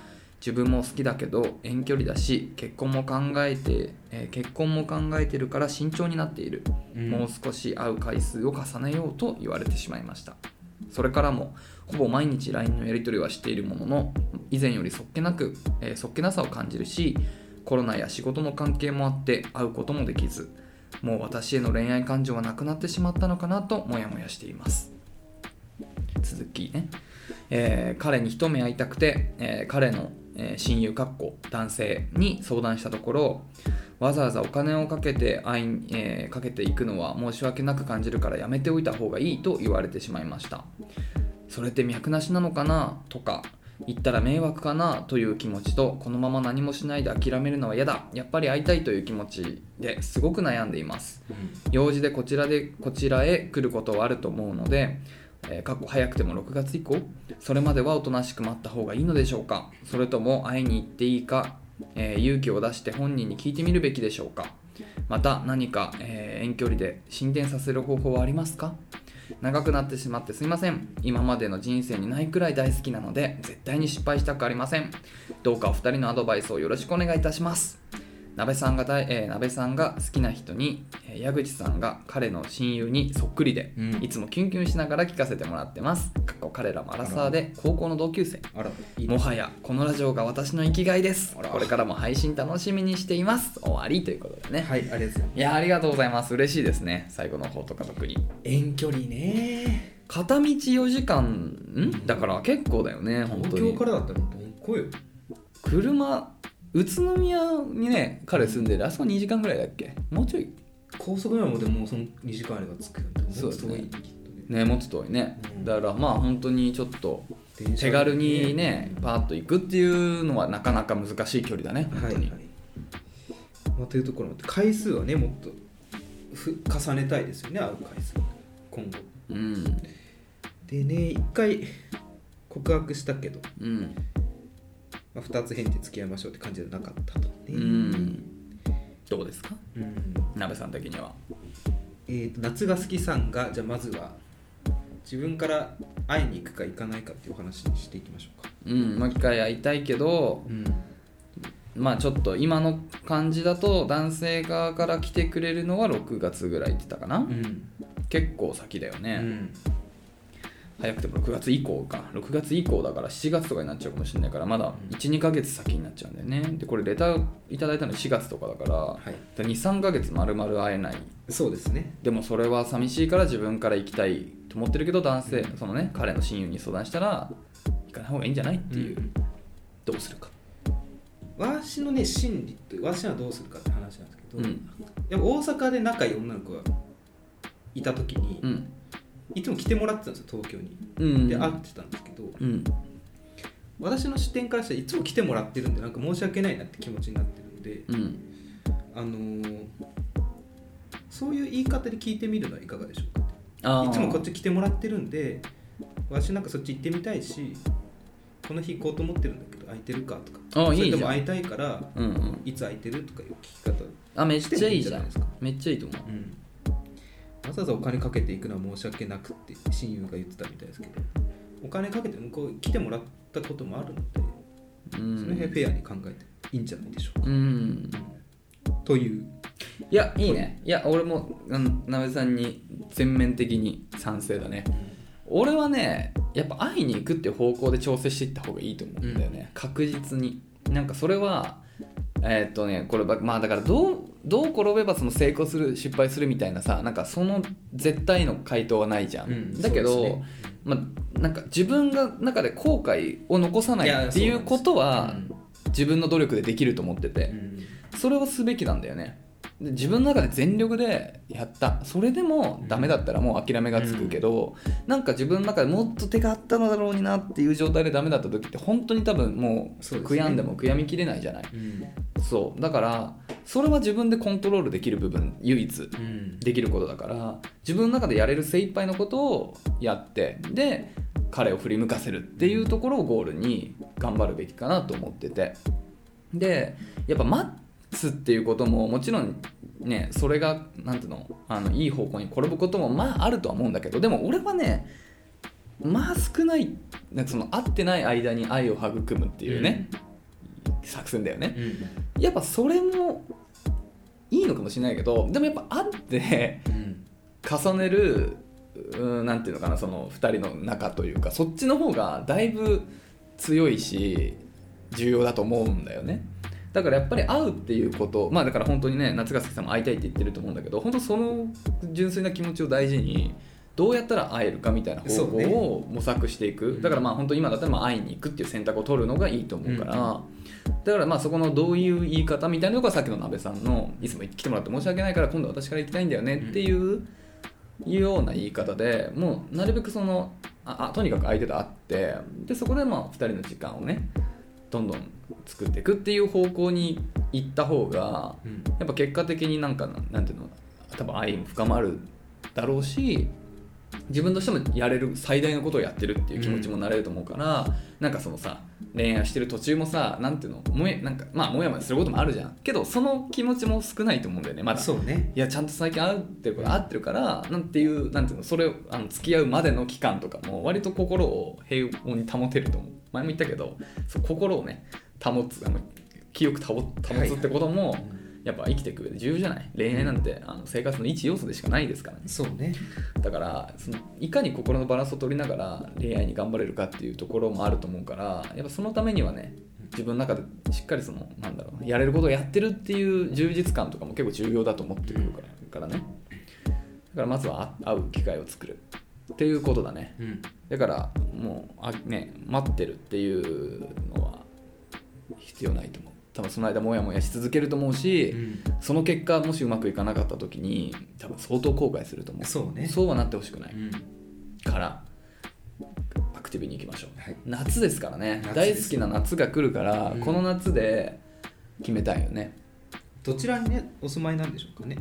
自分も好きだけど遠距離だし結婚も考えてるから慎重になっている、もう少し会う回数を重ねようと言われてしまいました。それからもほぼ毎日 LINE のやり取りはしているものの、以前よりそっけなさを感じるし、コロナや仕事の関係もあって会うこともできず、もう私への恋愛感情はなくなってしまったのかなとモヤモヤしています。続きね、彼に一目会いたくて、彼の親友男性に相談したところ、わざわざお金をかけていくのは申し訳なく感じるからやめておいた方がいいと言われてしまいました。それって脈なしなのかなとか、言ったら迷惑かなという気持ちと、このまま何もしないで諦めるのは嫌だ、やっぱり会いたいという気持ちですごく悩んでいます。用事でこちらへ来ることはあると思うので、早くても6月以降、それまではおとなしく待った方がいいのでしょうか、それとも会いに行っていいか、勇気を出して本人に聞いてみるべきでしょうか。また何か、遠距離で進展させる方法はありますか。長くなってしまってすいません。今までの人生にないくらい大好きなので絶対に失敗したくありません。どうかお二人のアドバイスをよろしくお願いいたします。鍋さんが好きな人に、矢口さんが彼の親友にそっくりで、いつもキュンキュンしながら聞かせてもらってます。彼らもアラサーで高校の同級生。もはやこのラジオが私の生きがいです。これからも配信楽しみにしています。終わりということでね。 はい、ありがとうございます。 いや、ありがとうございます。嬉しいですね。最後の方とか特に遠距離ね、 片道4時間だから結構だよね。本当に東京からだったらどこよ。 車宇都宮にね彼住んでる、あそこ2時間ぐらいだっけ、もうちょい高速なのでもうその2時間あれば着くよね。 そうですね、もっと遠いね、だからまあ本当にちょっと手軽にねパーッと行くっていうのはなかなか難しい距離だね、本当に。 というところ回数はねもっと重ねたいですよね、会う回数今後。でね、1回告白したけど、2つ返事付き合いましょうって感じじゃなかったとね。 どうですか、鍋さん的には。 夏が好きさんが、じゃあまずは自分から会いに行くか行かないかっていう話にしていきましょうか。 もう一回会いたいけど、まあちょっと今の感じだと男性側から来てくれるのは6月ぐらいって言ったかな、結構先だよね、早くても6月以降か。6月以降だから7月とかになっちゃうかもしれないから、まだ 1,2 ヶ月先になっちゃうんだよね。でこれレターいただいたの4月とかだから、2,3 ヶ月丸々会えない。 そうですね。 でもそれは寂しいから自分から行きたいと思ってるけど、男性そのね彼の親友に相談したら行かない方がいいんじゃないっていう、どうするか。 私のね心理って私はどうするかって話なんですけど、やっぱ大阪で仲いい女の子がいた時に、いつも来てもらってたんですよ、東京に。で会ってたんですけど、私の視点からしたらいつも来てもらってるんでなんか申し訳ないなって気持ちになってるんで、そういう言い方で聞いてみるのはいかがでしょうかって。いつもこっち来てもらってるんで私なんかそっち行ってみたいし、この日行こうと思ってるんだけど空いてるかとか、それでも会いたいから、いつ空いてるとかいう聞き方めっちゃいいじゃないですか。めっちゃいいと思う。 わざわざお金かけていくのは申し訳なくって親友が言ってたみたいですけど、お金かけて向こう来てもらったこともあるので、その辺フェアに考えていいんじゃないでしょうか。という。 いやいいね。いや俺も鍋さんに全面的に賛成だね。俺はねやっぱ会いに行くっていう方向で調整していった方がいいと思うんだよね、確実に。なんかそれはこれまあだからどう転べばその成功する失敗するみたいなさ、なんかその絶対の回答はないじゃん、だけど、まあなんか自分が中で後悔を残さないっていうことは自分の努力でできると思ってて、それをすべきなんだよね。で自分の中で全力でやった、それでもダメだったらもう諦めがつくけど、なんか自分の中でもっと手があったのだろうになっていう状態でダメだった時って本当に多分もう悔やんでも悔やみきれないじゃない、そうだからそれは自分でコントロールできる部分、唯一できることだから、自分の中でやれる精一杯のことをやって、で彼を振り向かせるっていうところをゴールに頑張るべきかなと思ってて、でやっぱ待つっていうことももちろんね、それがなんていうの、いい方向に転ぶこともまああるとは思うんだけど、でも俺はねまあ少ない、なんかその会ってない間に愛を育むっていうね、 作戦だよね、 うん、 やっぱそれもいいのかもしれないけど、でもやっぱ会って重ねる、なんていうのかな、その2人の仲というか、そっちの方がだいぶ強いし重要だと思うんだよね。だからやっぱり会うっていうこと、まあだから本当にね、夏ヶ崎さんも会いたいって言ってると思うんだけど、本当その純粋な気持ちを大事にどうやったら会えるかみたいな方法を模索していく、だからまあ本当今だったらまあ会いに行くっていう選択を取るのがいいと思うから、だからまあそこのどういう言い方みたいなのがさっきの鍋さんのいつも来てもらって申し訳ないから今度私から行きたいんだよねっていうような言い方で、もうなるべくそのとにかく相手と会って、でそこでまあ2人の時間をねどんどん作っていくっていう方向に行った方が、やっぱ結果的になんていうの、多分愛も深まるだろうし、自分としてもやれる最大のことをやってるっていう気持ちもなれると思うから、なんかそのさ恋愛してる途中もさ、なんていうの、なんかまあもやもやすることもあるじゃんけど、その気持ちも少ないと思うんだよねまだ。 そうね。 いやちゃんと最近会ってるからなんていうの、それを付き合うまでの期間とかも割と心を平穏に保てると思う。前も言ったけど、そう心をね保つ、記憶保つってことも、やっぱ生きていく上で重要じゃない。恋愛なんて生活の一要素でしかないですからね。 そうね。 だからいかに心のバランスを取りながら恋愛に頑張れるかっていうところもあると思うから、やっぱそのためにはね、自分の中でしっかりやれることをやってるっていう充実感とかも結構重要だと思ってくるからね。だからまずは会う機会を作るっていうことだね、だからもう待ってるっていうのは必要ないと思う。多分その間もやもやし続けると思うし、その結果もしうまくいかなかった時に多分相当後悔すると思う。 そうね。 そうはなってほしくない、からアクティブに行きましょう、夏ですからね。大好きな夏が来るから、この夏で決めたいよね。 どちらにねお住まいなんでしょうかね。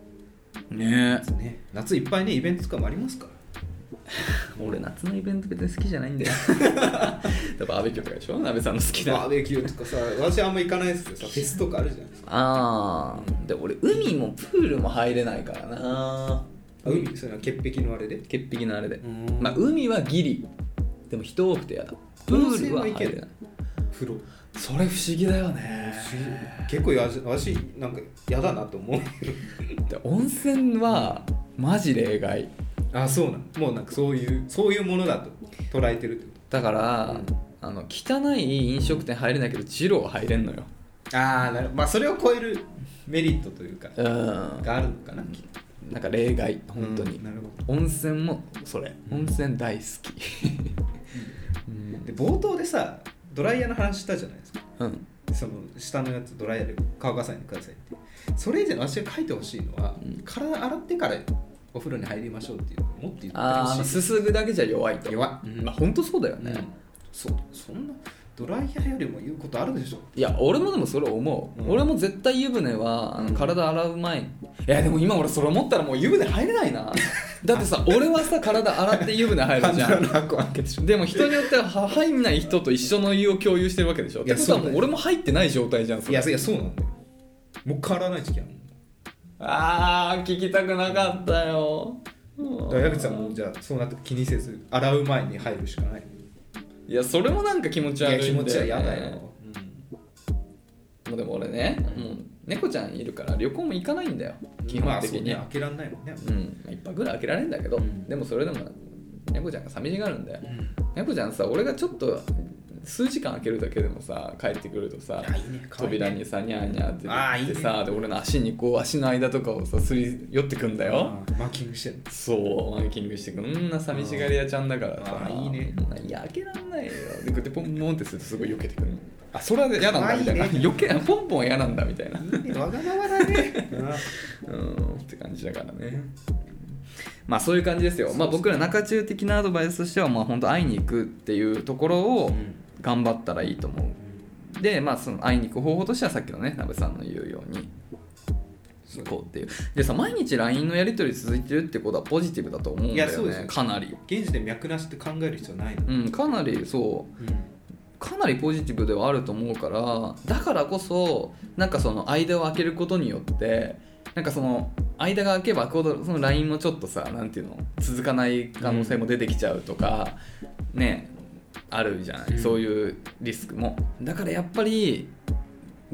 夏いっぱいねイベントとかもありますから。 俺夏のイベント別に好きじゃないんだよバーベキューとかでしょ、鍋さんの好きなバーベキューとかさ、私あんま行かないですけどさ、フェスとかあるじゃないですか。 で俺海もプールも入れないからな。 海、それは潔癖のあれで。 潔癖のあれで、まあ海はギリでも人多くてやだ。プールは入れない。 風呂、 それ不思議だよね。 結構私なんか嫌だなと思うで温泉はマジ例外。 そうなの。もうなんかそういうものだと捉えてるってこと。 だから、汚い飲食店入れないけど二郎は入れんのよ。 なるほど。まあそれを超えるメリットというか、があるのかな。 なんか例外、本当に、 なるほど。 温泉もそれ、温泉大好きで冒頭でさドライヤーの話したじゃないですか。その下のやつドライヤーで乾かさないでくださいって。それ以前の私が書いてほしいのは、体洗ってからお風呂に入りましょうっていうのをもっと言ってほしい。 すすぐだけじゃ弱いと。 弱い、 まあ本当そうだよね、 そんなドライヤーよりも言うことあるでしょ。 いや俺もでもそれ思う、俺も絶対湯船は体洗う前に、いやでも今俺それ思ったらもう湯船入れないなだってさ俺はさ体洗って湯船入るじゃんでも人によっては入んない人と一緒の湯を共有してるわけでしょ。ってことはもう俺も入ってない状態じゃん。 いやそうなんだよ。もう変わらない時期あるもん。 聞きたくなかったよ。 矢口さんもじゃあそうなって気にせず洗う前に入るしかない。 いやそれもなんか気持ち悪いんだよね。 気持ちは嫌だよ、 でも俺ね、もう猫ちゃんいるから旅行も行かないんだよ基本的に。 開けられないもんね。 一泊ぐらい開けられるんだけど、でもそれでも猫ちゃんが寂しがるんだよ、猫ちゃんさ、俺がちょっと数時間開けるだけでもさ帰ってくるとさ、扉にさニャーニャーって言ってさ、で俺の足に足の間とかをさすり寄ってくんだよ。 マーキングしてる。 そうマーキングしてくんな寂しがり屋ちゃんだからさ。 いいね。 いや開けらんないよ。でこうやってポンポンってするとすごい避けてくる。それは嫌なんだみたいな。余計ポンポンは嫌なんだみたいな。 わがままだねって感じだからね。まあそういう感じですよ。まあ僕ら中中的なアドバイスとしては、まあ本当会いに行くっていうところを頑張ったらいいと思う。でまあその会いに行く方法としてはさっきのね鍋さんの言うようにこうっていう。でさ毎日 LINE のやり取り続いてるってことはポジティブだと思うんだよね。いやそうですよ。かなり現時で脈なしって考える必要ないの。 かなりそう、かなりポジティブではあると思うから、だからこそなんかその間を空けることによってなんかその間が空けば空くほどその LINE もちょっとさなんていうの続かない可能性も出てきちゃうとか、ねあるじゃない、そういうリスクも。だからやっぱり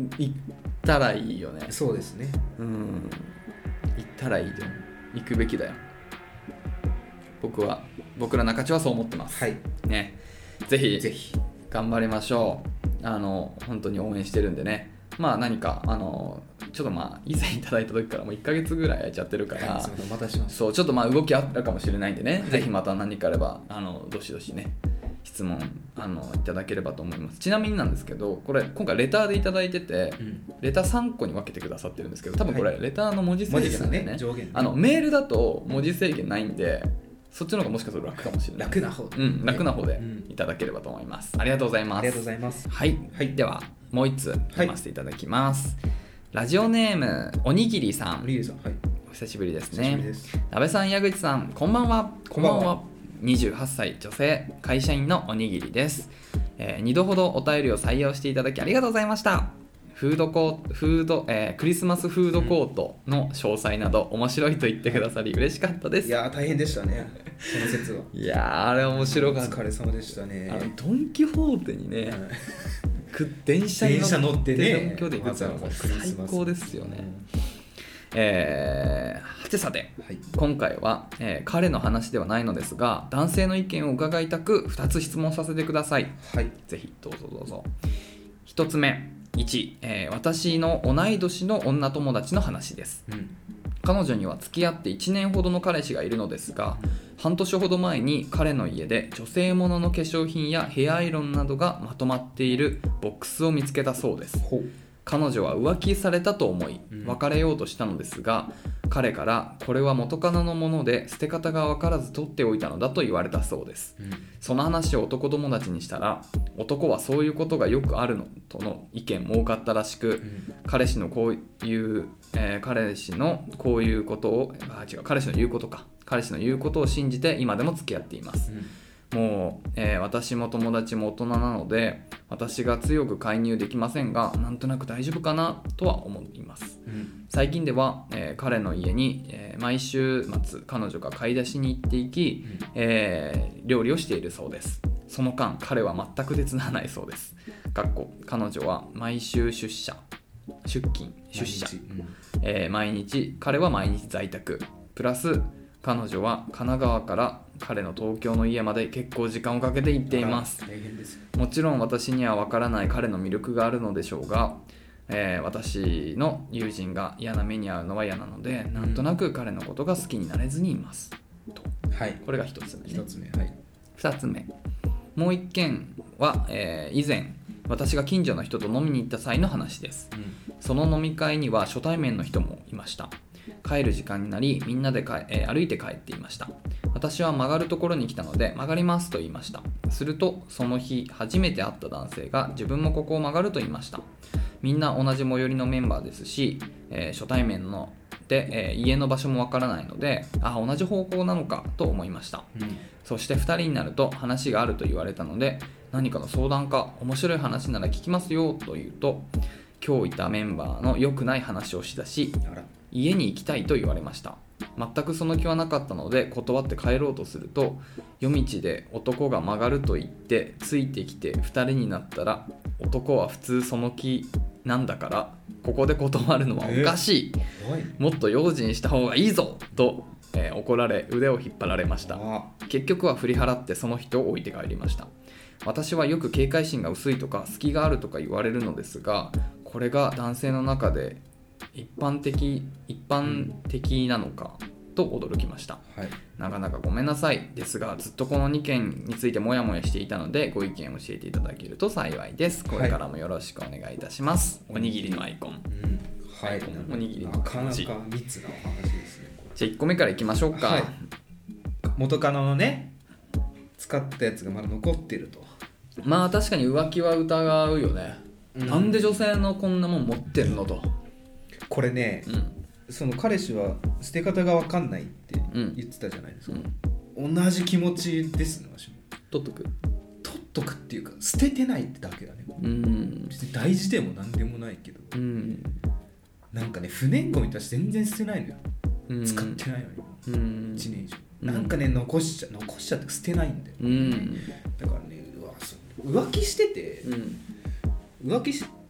行ったらいいよね。 そうですね。 行ったらいいよ。行くべきだよ。僕ら中地はそう思ってます。 はい。 ね。ぜひ頑張りましょう。本当に応援してるんでね。まあ何かちょっと以前いただいた時からもう1ヶ月ぐらいやっちゃってるから、 またします。 そうちょっと動きあったかもしれないんでね、ぜひまた何かあればどしどしね質問いただければと思います。ちなみになんですけど、これ今回レターでいただいてて、レター3個に分けてくださってるんですけど、多分これレターの文字制限なんでね、 上限メールだと文字制限ないんで、そっちの方がもしかすると楽かもしれない。 楽な方楽な方でいただければと思います。ありがとうございます。 ありがとうございます。 はい、ではもう1つ読ませていただきます。ラジオネームおにぎりさん、お久しぶりですね。安倍さん、矢口さん、こんばんは。28歳女性会社員のおにぎりです。2度ほどお便りを採用していただきありがとうございました。クリスマスフードコートの詳細など面白いと言ってくださり嬉しかったです。 いや大変でしたね、その説は。 いやあれ面白かった。 お疲れ様でしたね。 ドン・キホーテにね、電車乗ってね、東京で行くってのはもう最高ですよね。さて、今回は、彼の話ではないのですが、男性の意見を伺いたく2つ質問させてください。ぜひどうぞ。1つ目、1、私の同い年の女友達の話です。彼女には付き合って1年ほどの彼氏がいるのですが、半年ほど前に彼の家で女性ものの化粧品やヘアアイロンなどがまとまっているボックスを見つけたそうです。彼女は浮気されたと思い別れようとしたのですが、彼からこれは元カノのもので捨て方が分からず取っておいたのだと言われたそうです。その話を男友達にしたら、男はそういうことがよくあるのとの意見も多かったらしく、彼氏の言うことを信じて今でも付き合っています。もう、私も友達も大人なので私が強く介入できませんが、なんとなく大丈夫かなとは思います。最近では、彼の家に、毎週末彼女が買い出しに行っていき、料理をしているそうです。その間彼は全く手伝わないそうです。彼女は毎週出社、毎日、彼は毎日在宅プラス彼女は神奈川から彼の東京の家まで結構時間をかけて行っています。もちろん私には分からない彼の魅力があるのでしょうが、私の友人が嫌な目に遭うのは嫌なので、なんとなく彼のことが好きになれずにいますと。これが1つ目、2つ目、もう1件は、以前私が近所の人と飲みに行った際の話です。その飲み会には初対面の人もいました。帰る時間になりみんなで歩いて帰っていました。私は曲がるところに来たので曲がりますと言いました。するとその日初めて会った男性が自分もここを曲がると言いました。みんな同じ最寄りのメンバーですし、初対面ので、家の場所もわからないので同じ方向なのかと思いました。そして2人になると話があると言われたので、何かの相談か面白い話なら聞きますよと言うと、今日いたメンバーの良くない話をしだし、家に行きたいと言われました。全くその気はなかったので断って帰ろうとすると、夜道で男が曲がると言ってついてきて2人になったら、男は普通その気なんだからここで断るのはおかしい、もっと用心した方がいいぞと、怒られ腕を引っ張られました。結局は振り払ってその人を置いて帰りました。私はよく警戒心が薄いとか隙があるとか言われるのですが、これが男性の中で一般的なのかと驚きました。なかなかごめんなさいですが、ずっとこの2件についてモヤモヤしていたのでご意見を教えていただけると幸いです。これからもよろしくお願いいたします。おにぎりのアイコン、おにぎりの感じ、 なかなか密なお話ですね。 じゃあ1個目からいきましょうか。 元カノのね使ったやつがまだ残ってると。 まあ確かに浮気は疑うよね。なんで女性のこんなもん持ってんのと。 これね、その彼氏は捨て方が分かんないって言ってたじゃないですか。同じ気持ちですね。私も取っとくっていうか捨ててないってだけだね。別に大事でもなんでもないけど、なんかね不燃ゴミとして全然捨てないのよ。使ってないのに1年以上なんかね残しちゃって捨てないんだよ。だからね浮気してて、浮気し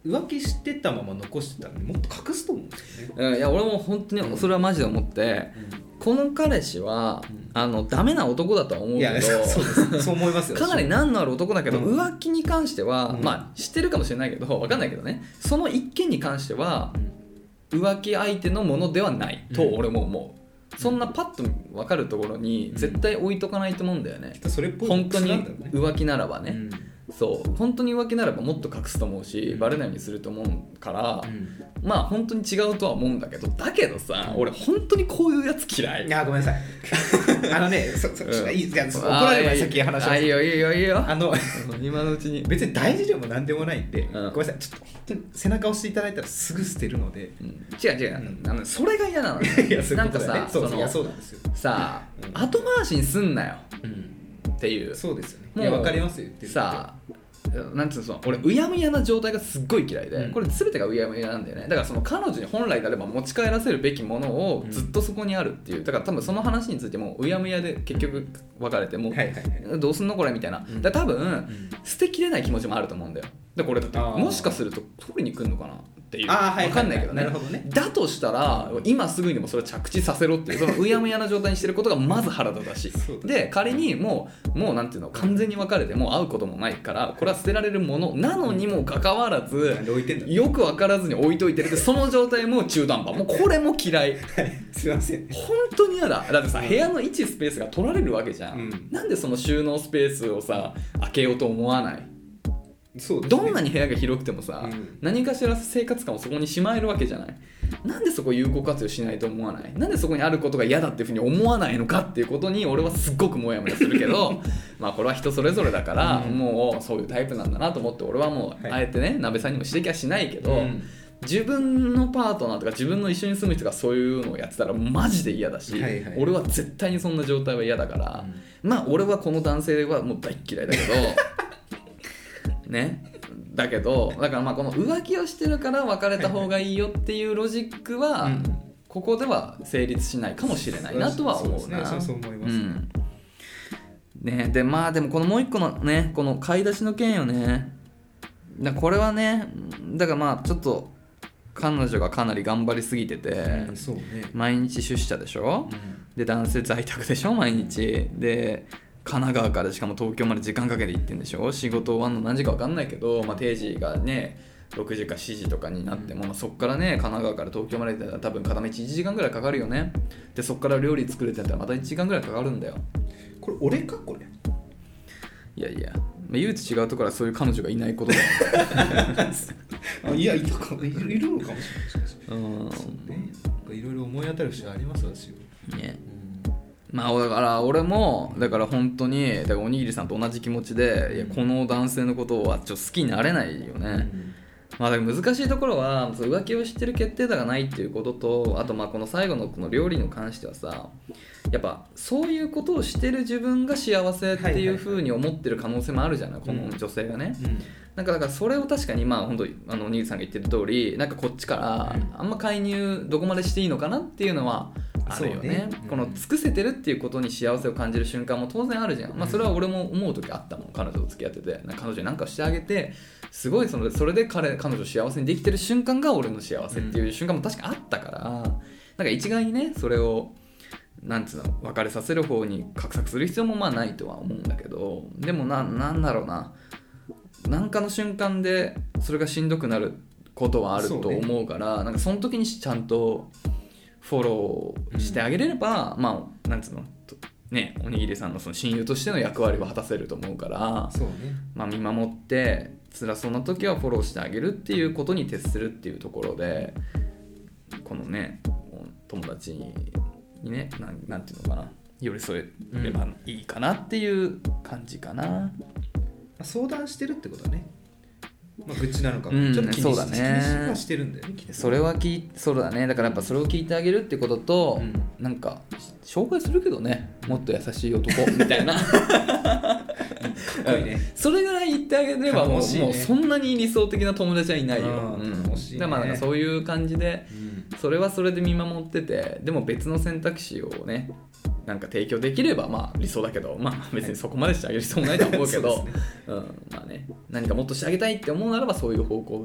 浮気してたまま残してたらもっと隠すと思うんですよね。 いや俺も本当にそれはマジで思って、この彼氏は、ダメな男だとは思うけど、 そう思いますよかなり難のある男だけど、浮気に関しては、まあ知ってるかもしれないけど分かんないけどね、その一件に関しては、浮気相手のものではないと俺も思う、そんなパッと分かるところに絶対置いとかないと思うんだよね、 それっぽい本当に浮気ならばね、そう本当に浮気ならばもっと隠すと思うし、バレないようにすると思うから、まあ本当に違うとは思うんだけど、だけどさ、俺本当にこういうやつ嫌い。 いやごめんなさいいいですか、怒られる前先話します。 いいよ今のうちに別に大事でも何でもないんで、ごめんなさい、ちょっと本当に背中押していただいたらすぐ捨てるので、 違う、それが嫌なの。なんかさ、そうなんですよさあ、後回しにすんなよっていう。 そうですよね。いや分かりますよ言ってるさあ、なんつうの、俺うやむやな状態がすっごい嫌いで、これ全てがうやむやなんだよね。だからその彼女に本来であれば持ち帰らせるべきものをずっとそこにあるっていう、だから多分その話についてもうやむやで結局別れても、どうすんのこれみたいな、だから多分捨てきれない気持ちもあると思うんだよ。でこれだってもしかすると取りに来るのかなっていう、分かんないけどね。だとしたら今すぐにでもそれを着地させろっていう、そのうやむやな状態にしてることがまず腹立たしいで、仮にもうなんていうの、完全に別れてもう会うこともないから、これは捨てられるものなのにもかかわらずよく分からずに置いといてるって、その状態も中途半端、もうこれも嫌いすいません、 本当に嫌だ。だってさ、部屋の1スペースが取られるわけじゃん、なんでその収納スペースをさ開けようと思わない。そうですね、どんなに部屋が広くてもさ、何かしら生活感をそこにしまえるわけじゃない。なんでそこ有効活用しないと思わない。なんでそこにあることが嫌だっていうふうに思わないのかっていうことに俺はすっごくモヤモヤするけどまあこれは人それぞれだから、もうそういうタイプなんだなと思って、俺はもうあえてね、鍋さんにも指摘はしないけど、自分のパートナーとか自分の一緒に住む人がそういうのをやってたらマジで嫌だし、俺は絶対にそんな状態は嫌だから、まあ俺はこの男性はもう大っ嫌いだけどね、だけどだからまあこの浮気をしてるから別れた方がいいよっていうロジックはここでは成立しないかもしれないなとは思うな。 そう思いますね。でまあでもこのもう一個のね、この買い出しの件よね。これはね、だからまあちょっと彼女がかなり頑張りすぎてて、毎日出社でしょ、で男性在宅でしょ毎日で、神奈川からしかも東京まで時間かけて行ってんでしょ。仕事終わるの何時か分かんないけど、まあ、定時がね6時か7時とかになっても、そっからね神奈川から東京まで行ったら多分片道1時間ぐらいかかるよね。でそっから料理作るってやったらまた1時間ぐらいかかるんだよ。 これ俺かこれ。 いやいや、唯一違うところはそういう彼女がいないことだよいやいるのかもしれないですね。いろいろ思い当たる節あります私ね。まあだから俺もだから本当にだからおにぎりさんと同じ気持ちで、いやこの男性のことはちょっと好きになれないよね。まあだから難しいところは浮気をしてる決定打がないっていうことと、あとまあこの最後のこの料理に関してはさ、やっぱそういうことをしてる自分が幸せっていう風に思ってる可能性もあるじゃない、この女性がね。なんかだからそれを確かにまあ本当おにぎりさんが言ってる通り、なんかこっちからあんま介入どこまでしていいのかなっていうのはあるよね。この尽くせてるっていうことに幸せを感じる瞬間も当然あるじゃん。まあそれは俺も思う時あったもん。彼女と付き合ってて、彼女に何かしてあげてすごいそれで彼女幸せにできてる瞬間が俺の幸せっていう瞬間も確かあったから、なんか一概にねそれをなんつうの別れさせる方に画策する必要もまあないとは思うんだけど、でもなんだろうな、なんかの瞬間でそれがしんどくなることはあると思うから、なんかその時にちゃんとフォローしてあげれれば、まあなんつうのね、おにぎりさんのその親友としての役割を果たせると思うから、まあ見守って辛そうな時はフォローしてあげるっていうことに徹するっていうところで、このね友達にねなんていうのかな、寄り添えればいいかなっていう感じかな。 相談してるってことはね、まあ、愚痴なのかも、ちょっと気にはしてるんだよね。 それはそうだね。だからやっぱそれを聞いてあげるってことと、なんか紹介するけどね、もっと優しい男みたいなかっこいいね。それぐらい言ってあげればもうそんなに理想的な友達はいないよ。だからまあそういう感じで、それはそれで見守ってて、でも別の選択肢をねなんか提供できればまあ理想だけど、まあ別にそこまでしてあげる必要もないと思うけどまあね、何かもっとしてあげたいって思うならばそういう方向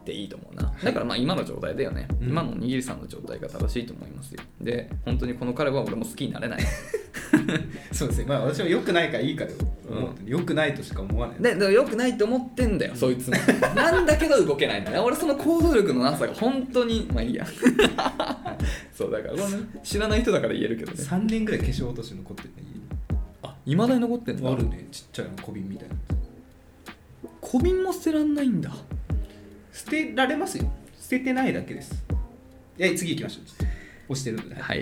ていいと思うな。だからまあ今の状態だよね、今のおにぎりさんの状態が正しいと思いますよ。で本当にこの彼は俺も好きになれないそうですね、まあ私は良くないからいいかで思って、良くないとしか思わない。 でも良くないと思ってんだよ、そいつもなんだけど動けないんだね。俺その行動力のなさが本当にまあいいやそうだからこれ、ね、知らない人だから言えるけどね。 3年ぐらい化粧落とし残ってるね、家に。 あ、未だに残ってんの？ あるね、ちっちゃいの小瓶みたいな。 小瓶も捨てらんないんだ。 捨てられますよ、捨ててないだけです。次行きましょう。押してるんで、 はい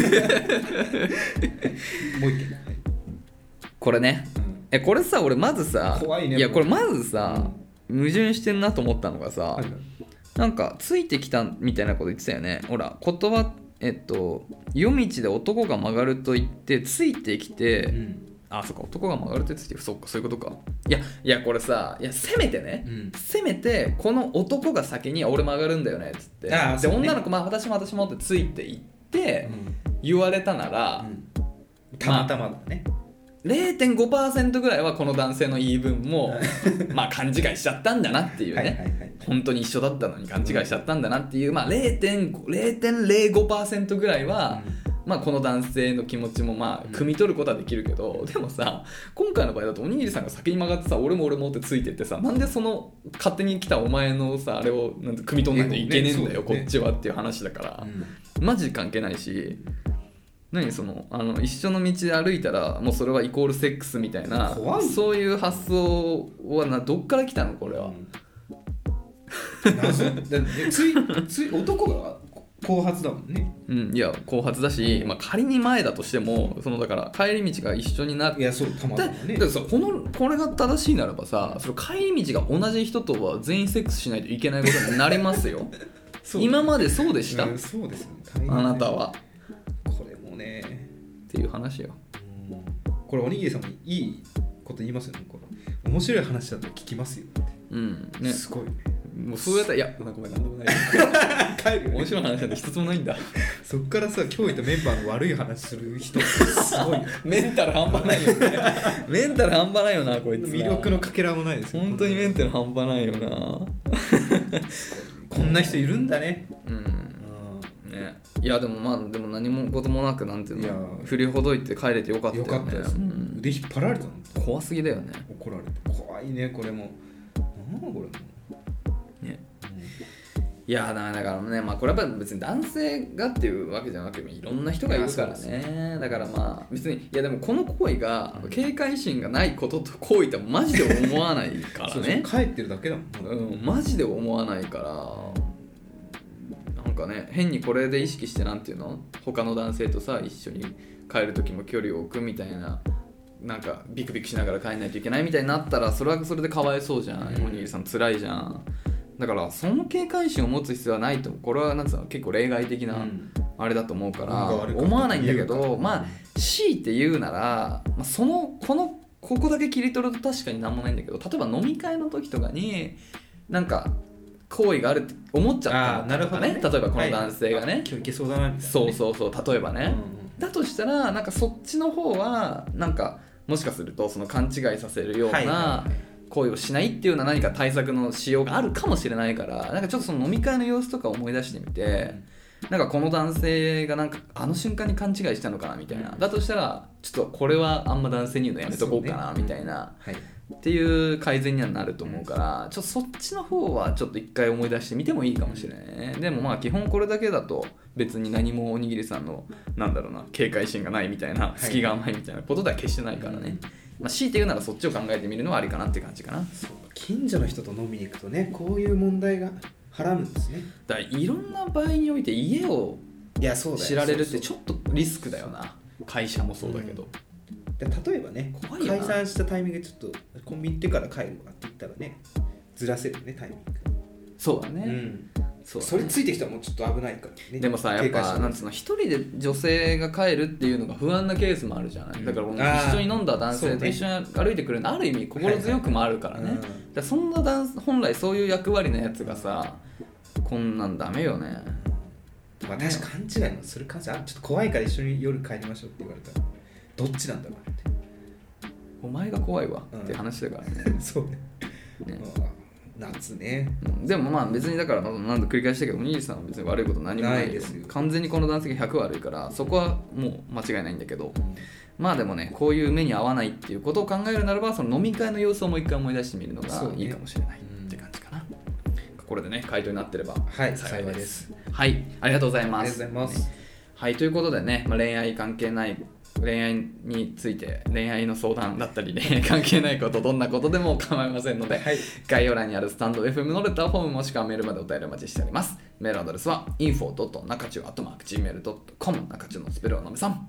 もう一件、 これね、これさ俺まずさ、 怖いね。 いやこれまずさ、矛盾してんなと思ったのがさ、なんかついてきたみたいなこと言ってたよね。ほら言葉夜道で男が曲がると言ってついてきて、あ、そっか、男が曲がるってついて、そっか、そういうことか。いやこれさ、せめてね、せめてこの男が先に俺曲がるんだよねっつって、で、女の子、まあ私もってついていって、言われたなら、 たまたまだね、 0.5% ぐらいはこの男性の言い分もまあ勘違いしちゃったんだなっていうね、本当に一緒だったのに勘違いしちゃったんだなっていう、まあ 0.05% ぐらいは、まあこの男性の気持ちもまあ汲み取ることはできるけど、でもさ、今回の場合だとおにぎりさんが先に曲がってさ、俺もってついてってさ、なんでその勝手に来たお前のさ、あれをなんて汲み取んないといけねえんだよ、こっちはっていう話だから、マジ関係ないし、何その一緒の道で歩いたらもうそれはイコールセックスみたいな、そういう発想はどっから来たのこれは。 男が後発だもんね。 いや後発だし、まあ、仮に前だとしてもだから帰り道が一緒になって、 いやそうたまたまね。 だからさこれが正しいならばさ、その帰り道が同じ人とは全員セックスしないといけないことになりますよ今までそうでした、 そうですね、 あなたは。 これもねっていう話よ。 これおにぎりさんもいいこと言いますよね。これ面白い話だと聞きますよって。 ね、 すごいね。 もうそうやったら、いやごめんなんでもない帰る面白い話なんて一つもないんだそっからさ、今日いたメンバーの悪い話する人ってすごいよメンタル半端ないよねメンタル半端ないよなこいつ。 魅力のかけらもないですよ。 本当にメンタル半端ないよなこんな人いるんだね。 ね、いやでも何もこともなくなんていうの、振りほどいて帰れてよかったよね。 よかったです、腕引っ張られたの。 怖すぎだよね。 怒られて怖いね。これもこれもね、いやだからね、まあこれはやっぱり別に男性がっていうわけじゃなくていろんな人がいるからね。だからまあ別に、いやでもこの行為が警戒心がないことと行為とはマジで思わないからね帰ってるだけだもん、 マジで思わないから、なんかね、変にこれで意識してなんていうの、他の男性とさ一緒に帰る時も距離を置くみたいな、なんかビクビクしながら帰んないといけないみたいになったら、それはそれでかわいそうじゃん。おにぎりさん辛いじゃん。だからその警戒心を持つ必要はないと。これはなんつうの、結構例外的なあれだと思うから思わないんだけど、まあ強いて言うなら、ここだけ切り取ると確かになんもないんだけど、例えば飲み会の時とかになんか行為があるって思っちゃったのとかね、例えばこの男性がね、 今日いけそうだなみたいな、 そう例えばね、だとしたらなんかそっちの方はなんかもしかするとその勘違いさせるような行為をしないっていうような何か対策のしようがあるかもしれないから、なんかちょっとその飲み会の様子とか思い出してみて、なんかこの男性がなんかあの瞬間に勘違いしたのかなみたいな、だとしたらちょっとこれはあんま男性に言うのやめとこうかなみたいな、っていう改善にはなると思うから、ちょっとそっちの方はちょっと一回思い出してみてもいいかもしれないね。でもまあ基本これだけだと別に何もおにぎりさんのなんだろうな、警戒心がないみたいな、隙が甘いみたいなことでは決してないからね、まあ、強いて言うならそっちを考えてみるのはありかなって感じかな。 そう、近所の人と飲みに行くとね、こういう問題がはらむんですね。 だからいろんな場合において家を知られるってちょっとリスクだよな。会社もそうだけど、 例えばね、解散したタイミングでちょっとコンビニ行ってから帰るわって言ったらね、ずらせるねタイミング。 そうだね、 それついてきたらもうちょっと危ないからね。 でもさ、やっぱなんつうの、一人で女性が帰るっていうのが不安なケースもあるじゃない。だから一緒に飲んだ男性と一緒に歩いてくるの、ある意味心強くもあるからね。だからそんな本来そういう役割のやつがさ、こんなんダメよね。 まあ確か勘違いもする感じある。ちょっと怖いから一緒に夜帰りましょうって言われたらどっちなんだろうって。 お前が怖いわって話だからね。 そうね。 夏ね、 でもまあ別にだから何度繰り返したけどお兄さんは別に悪いこと何もないですよ。 完全にこの男性が100悪いからそこはもう間違いないんだけど、まあでもねこういう目に合わないっていうことを考えるならばその飲み会の様子をもう一回思い出してみるのがいいかもしれないって感じかな。これでね回答になってれば幸いです。はいありがとうございます。 ありがとうございます。 はいということでね、恋愛関係ない恋愛について恋愛の相談だったりね関係ないことどんなことでも構いませんので、概要欄にあるスタンド FM のレターフォームもしくはメールまでお便りお待ちしております。メールアドレスは info.nakachu@gmail.com 中中のスペルをなめさん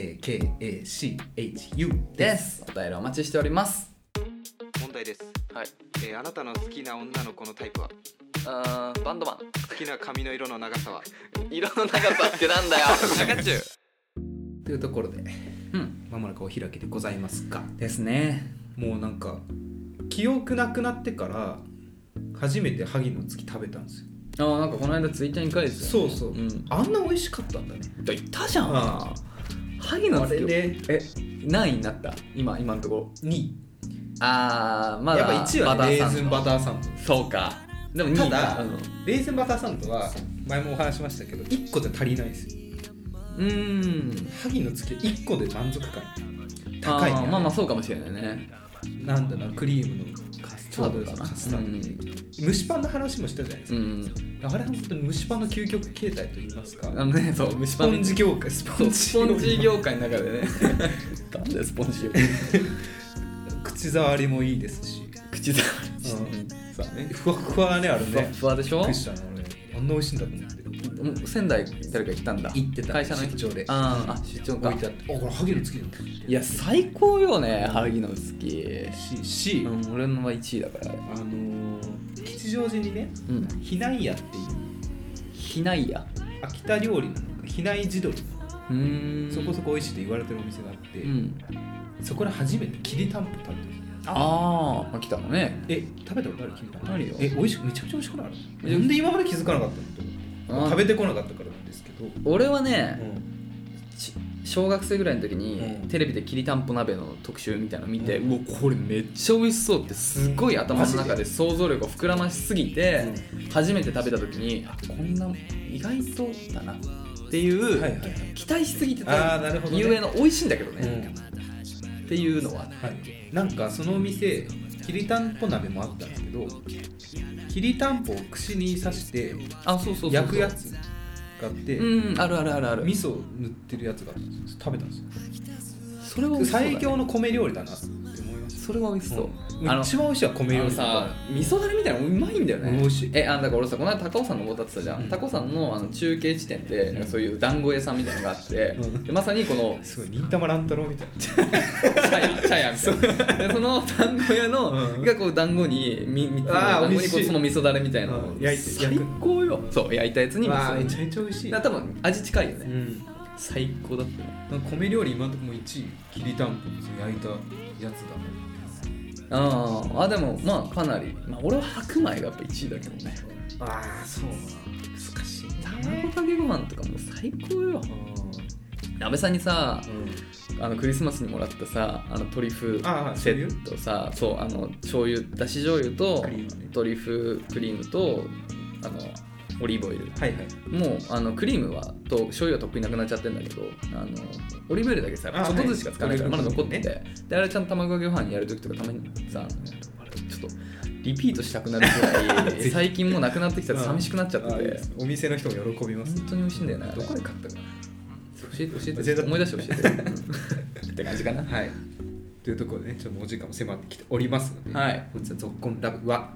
NAKACHU です。お便りお待ちしております。 問題です。 はい。 あなたの好きな女の子のタイプは？ バンドマン。 好きな髪の色の長さは？ 色の長さってなんだよ中中というところで、まもなくお開きでございますがですね。 もうなんか記憶なくなってから初めて萩の月食べたんですよ。 なんかこの間ツイッターに書いてたよね。 そう、あんな美味しかったんだね。 言ったじゃん。萩の月で何位になった今のところ 2位。 まだやっぱ1位は、レーズンバターサンド。 そうか。でもただ、レーズンバターサンドは前もお話しましたけど1個じゃ足りないですよ。萩の月1個で満足感高い、ね、 まあそうかもしれないね。 なんだなクリームのカスタードカスタード、蒸しパンの話もしたじゃないですか、あれは本当に蒸しパンの究極形態といいますか、 そう蒸しパンスポンジ業界スポンジ業界の中でねなんでスポンジ業界口触りもいいですし口触り、 そうね、ふわふわねあるね。 ふわふわでしょ。 クッションの俺あんな美味しいんだと思って。 仙台誰か行ったんだ。 行ってた。 会社の出張で。 出張か。 置いてあって。これ萩の月だ。 いや最高よね萩の月。俺のは1位だから。 吉祥寺にね、ひない屋っていうひない屋秋田料理なのかひない地鶏。そこそこ美味しいって言われてるお店があって、そこで初めてきりたんぽ食べた。 来たのね。 食べたことある？きりたんぽ。 何よ。 美味しくめちゃくちゃ美味しくなる。なんで今まで気づかなかったのと。食べてこなかったからなんですけど。 俺はね、小学生ぐらいの時にテレビできりたんぽ鍋の特集みたいなの見て、うわこれめっちゃ美味しそうってすごい頭の中で想像力を膨らましすぎて、初めて食べた時にこんな意外とだなっていう期待しすぎてたゆえの美味しいんだけどね、っていうのは、 なんかそのお店きりたんぽ鍋もあったんだけど、きりたんぽを串に刺して焼くやつがあって、 ある味噌塗ってるやつがあったんですよ。食べたんですよ。 それは美味しそうだね。 最強の米料理だなって思いました。 それは美味しそう。 一番美味しいは米料理さ、味噌だれみたいなのうまいんだよね。 美味しい。 だから俺さこの間高尾山登ったってたじゃん。高尾山の中継地点でなんかそういう団子屋さんみたいなのがあって、でまさにこのすごい忍たま乱太郎みたいな茶屋みたいな。でその団子屋のがこう団子に団子にこうその味噌だれみたいなの焼いて最高よ。そう焼いたやつに味噌。 めちゃめちゃ美味しい。 多分味近いよね。最高だったね。 米料理今のところも1位きりたんぽ焼いたやつだもん。 でもまあかなり、俺は白米がやっぱ1位だけどね。 そう難しい、 卵かけご飯とかも最高よ。安倍さんにさ、クリスマスにもらったさトリュフセットさ、醤油だし醤油とトリュフクリームとオリーブオイル、もうクリームはと醤油はとっくになくなっちゃってるんだけど、オリーブオイルだけさちょっとずつしか使わないからまだ残ってて、であれちゃんと卵かけご飯にやるときとかたまにさちょっとリピートしたくなるぐらい最近もうなくなってきたら寂しくなっちゃってて、 お店の人も喜びます。 本当に美味しいんだよね。 どこで買ったかな、 教えて思い出して教えてって感じかな。 というところでね、ちょっとお時間も迫ってきておりますので、本日はゾッコンラブは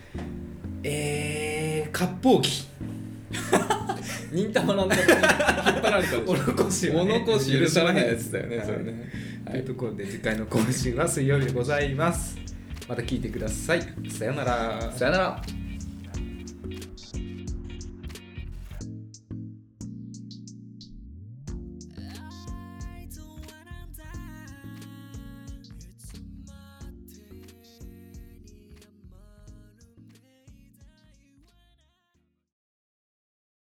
割烹着忍たまなんだから引っ張られたお残し許さないやつだよね、それね。 というところで次回の更新は水曜日でございます。また聞いてください。さよなら。 さよなら。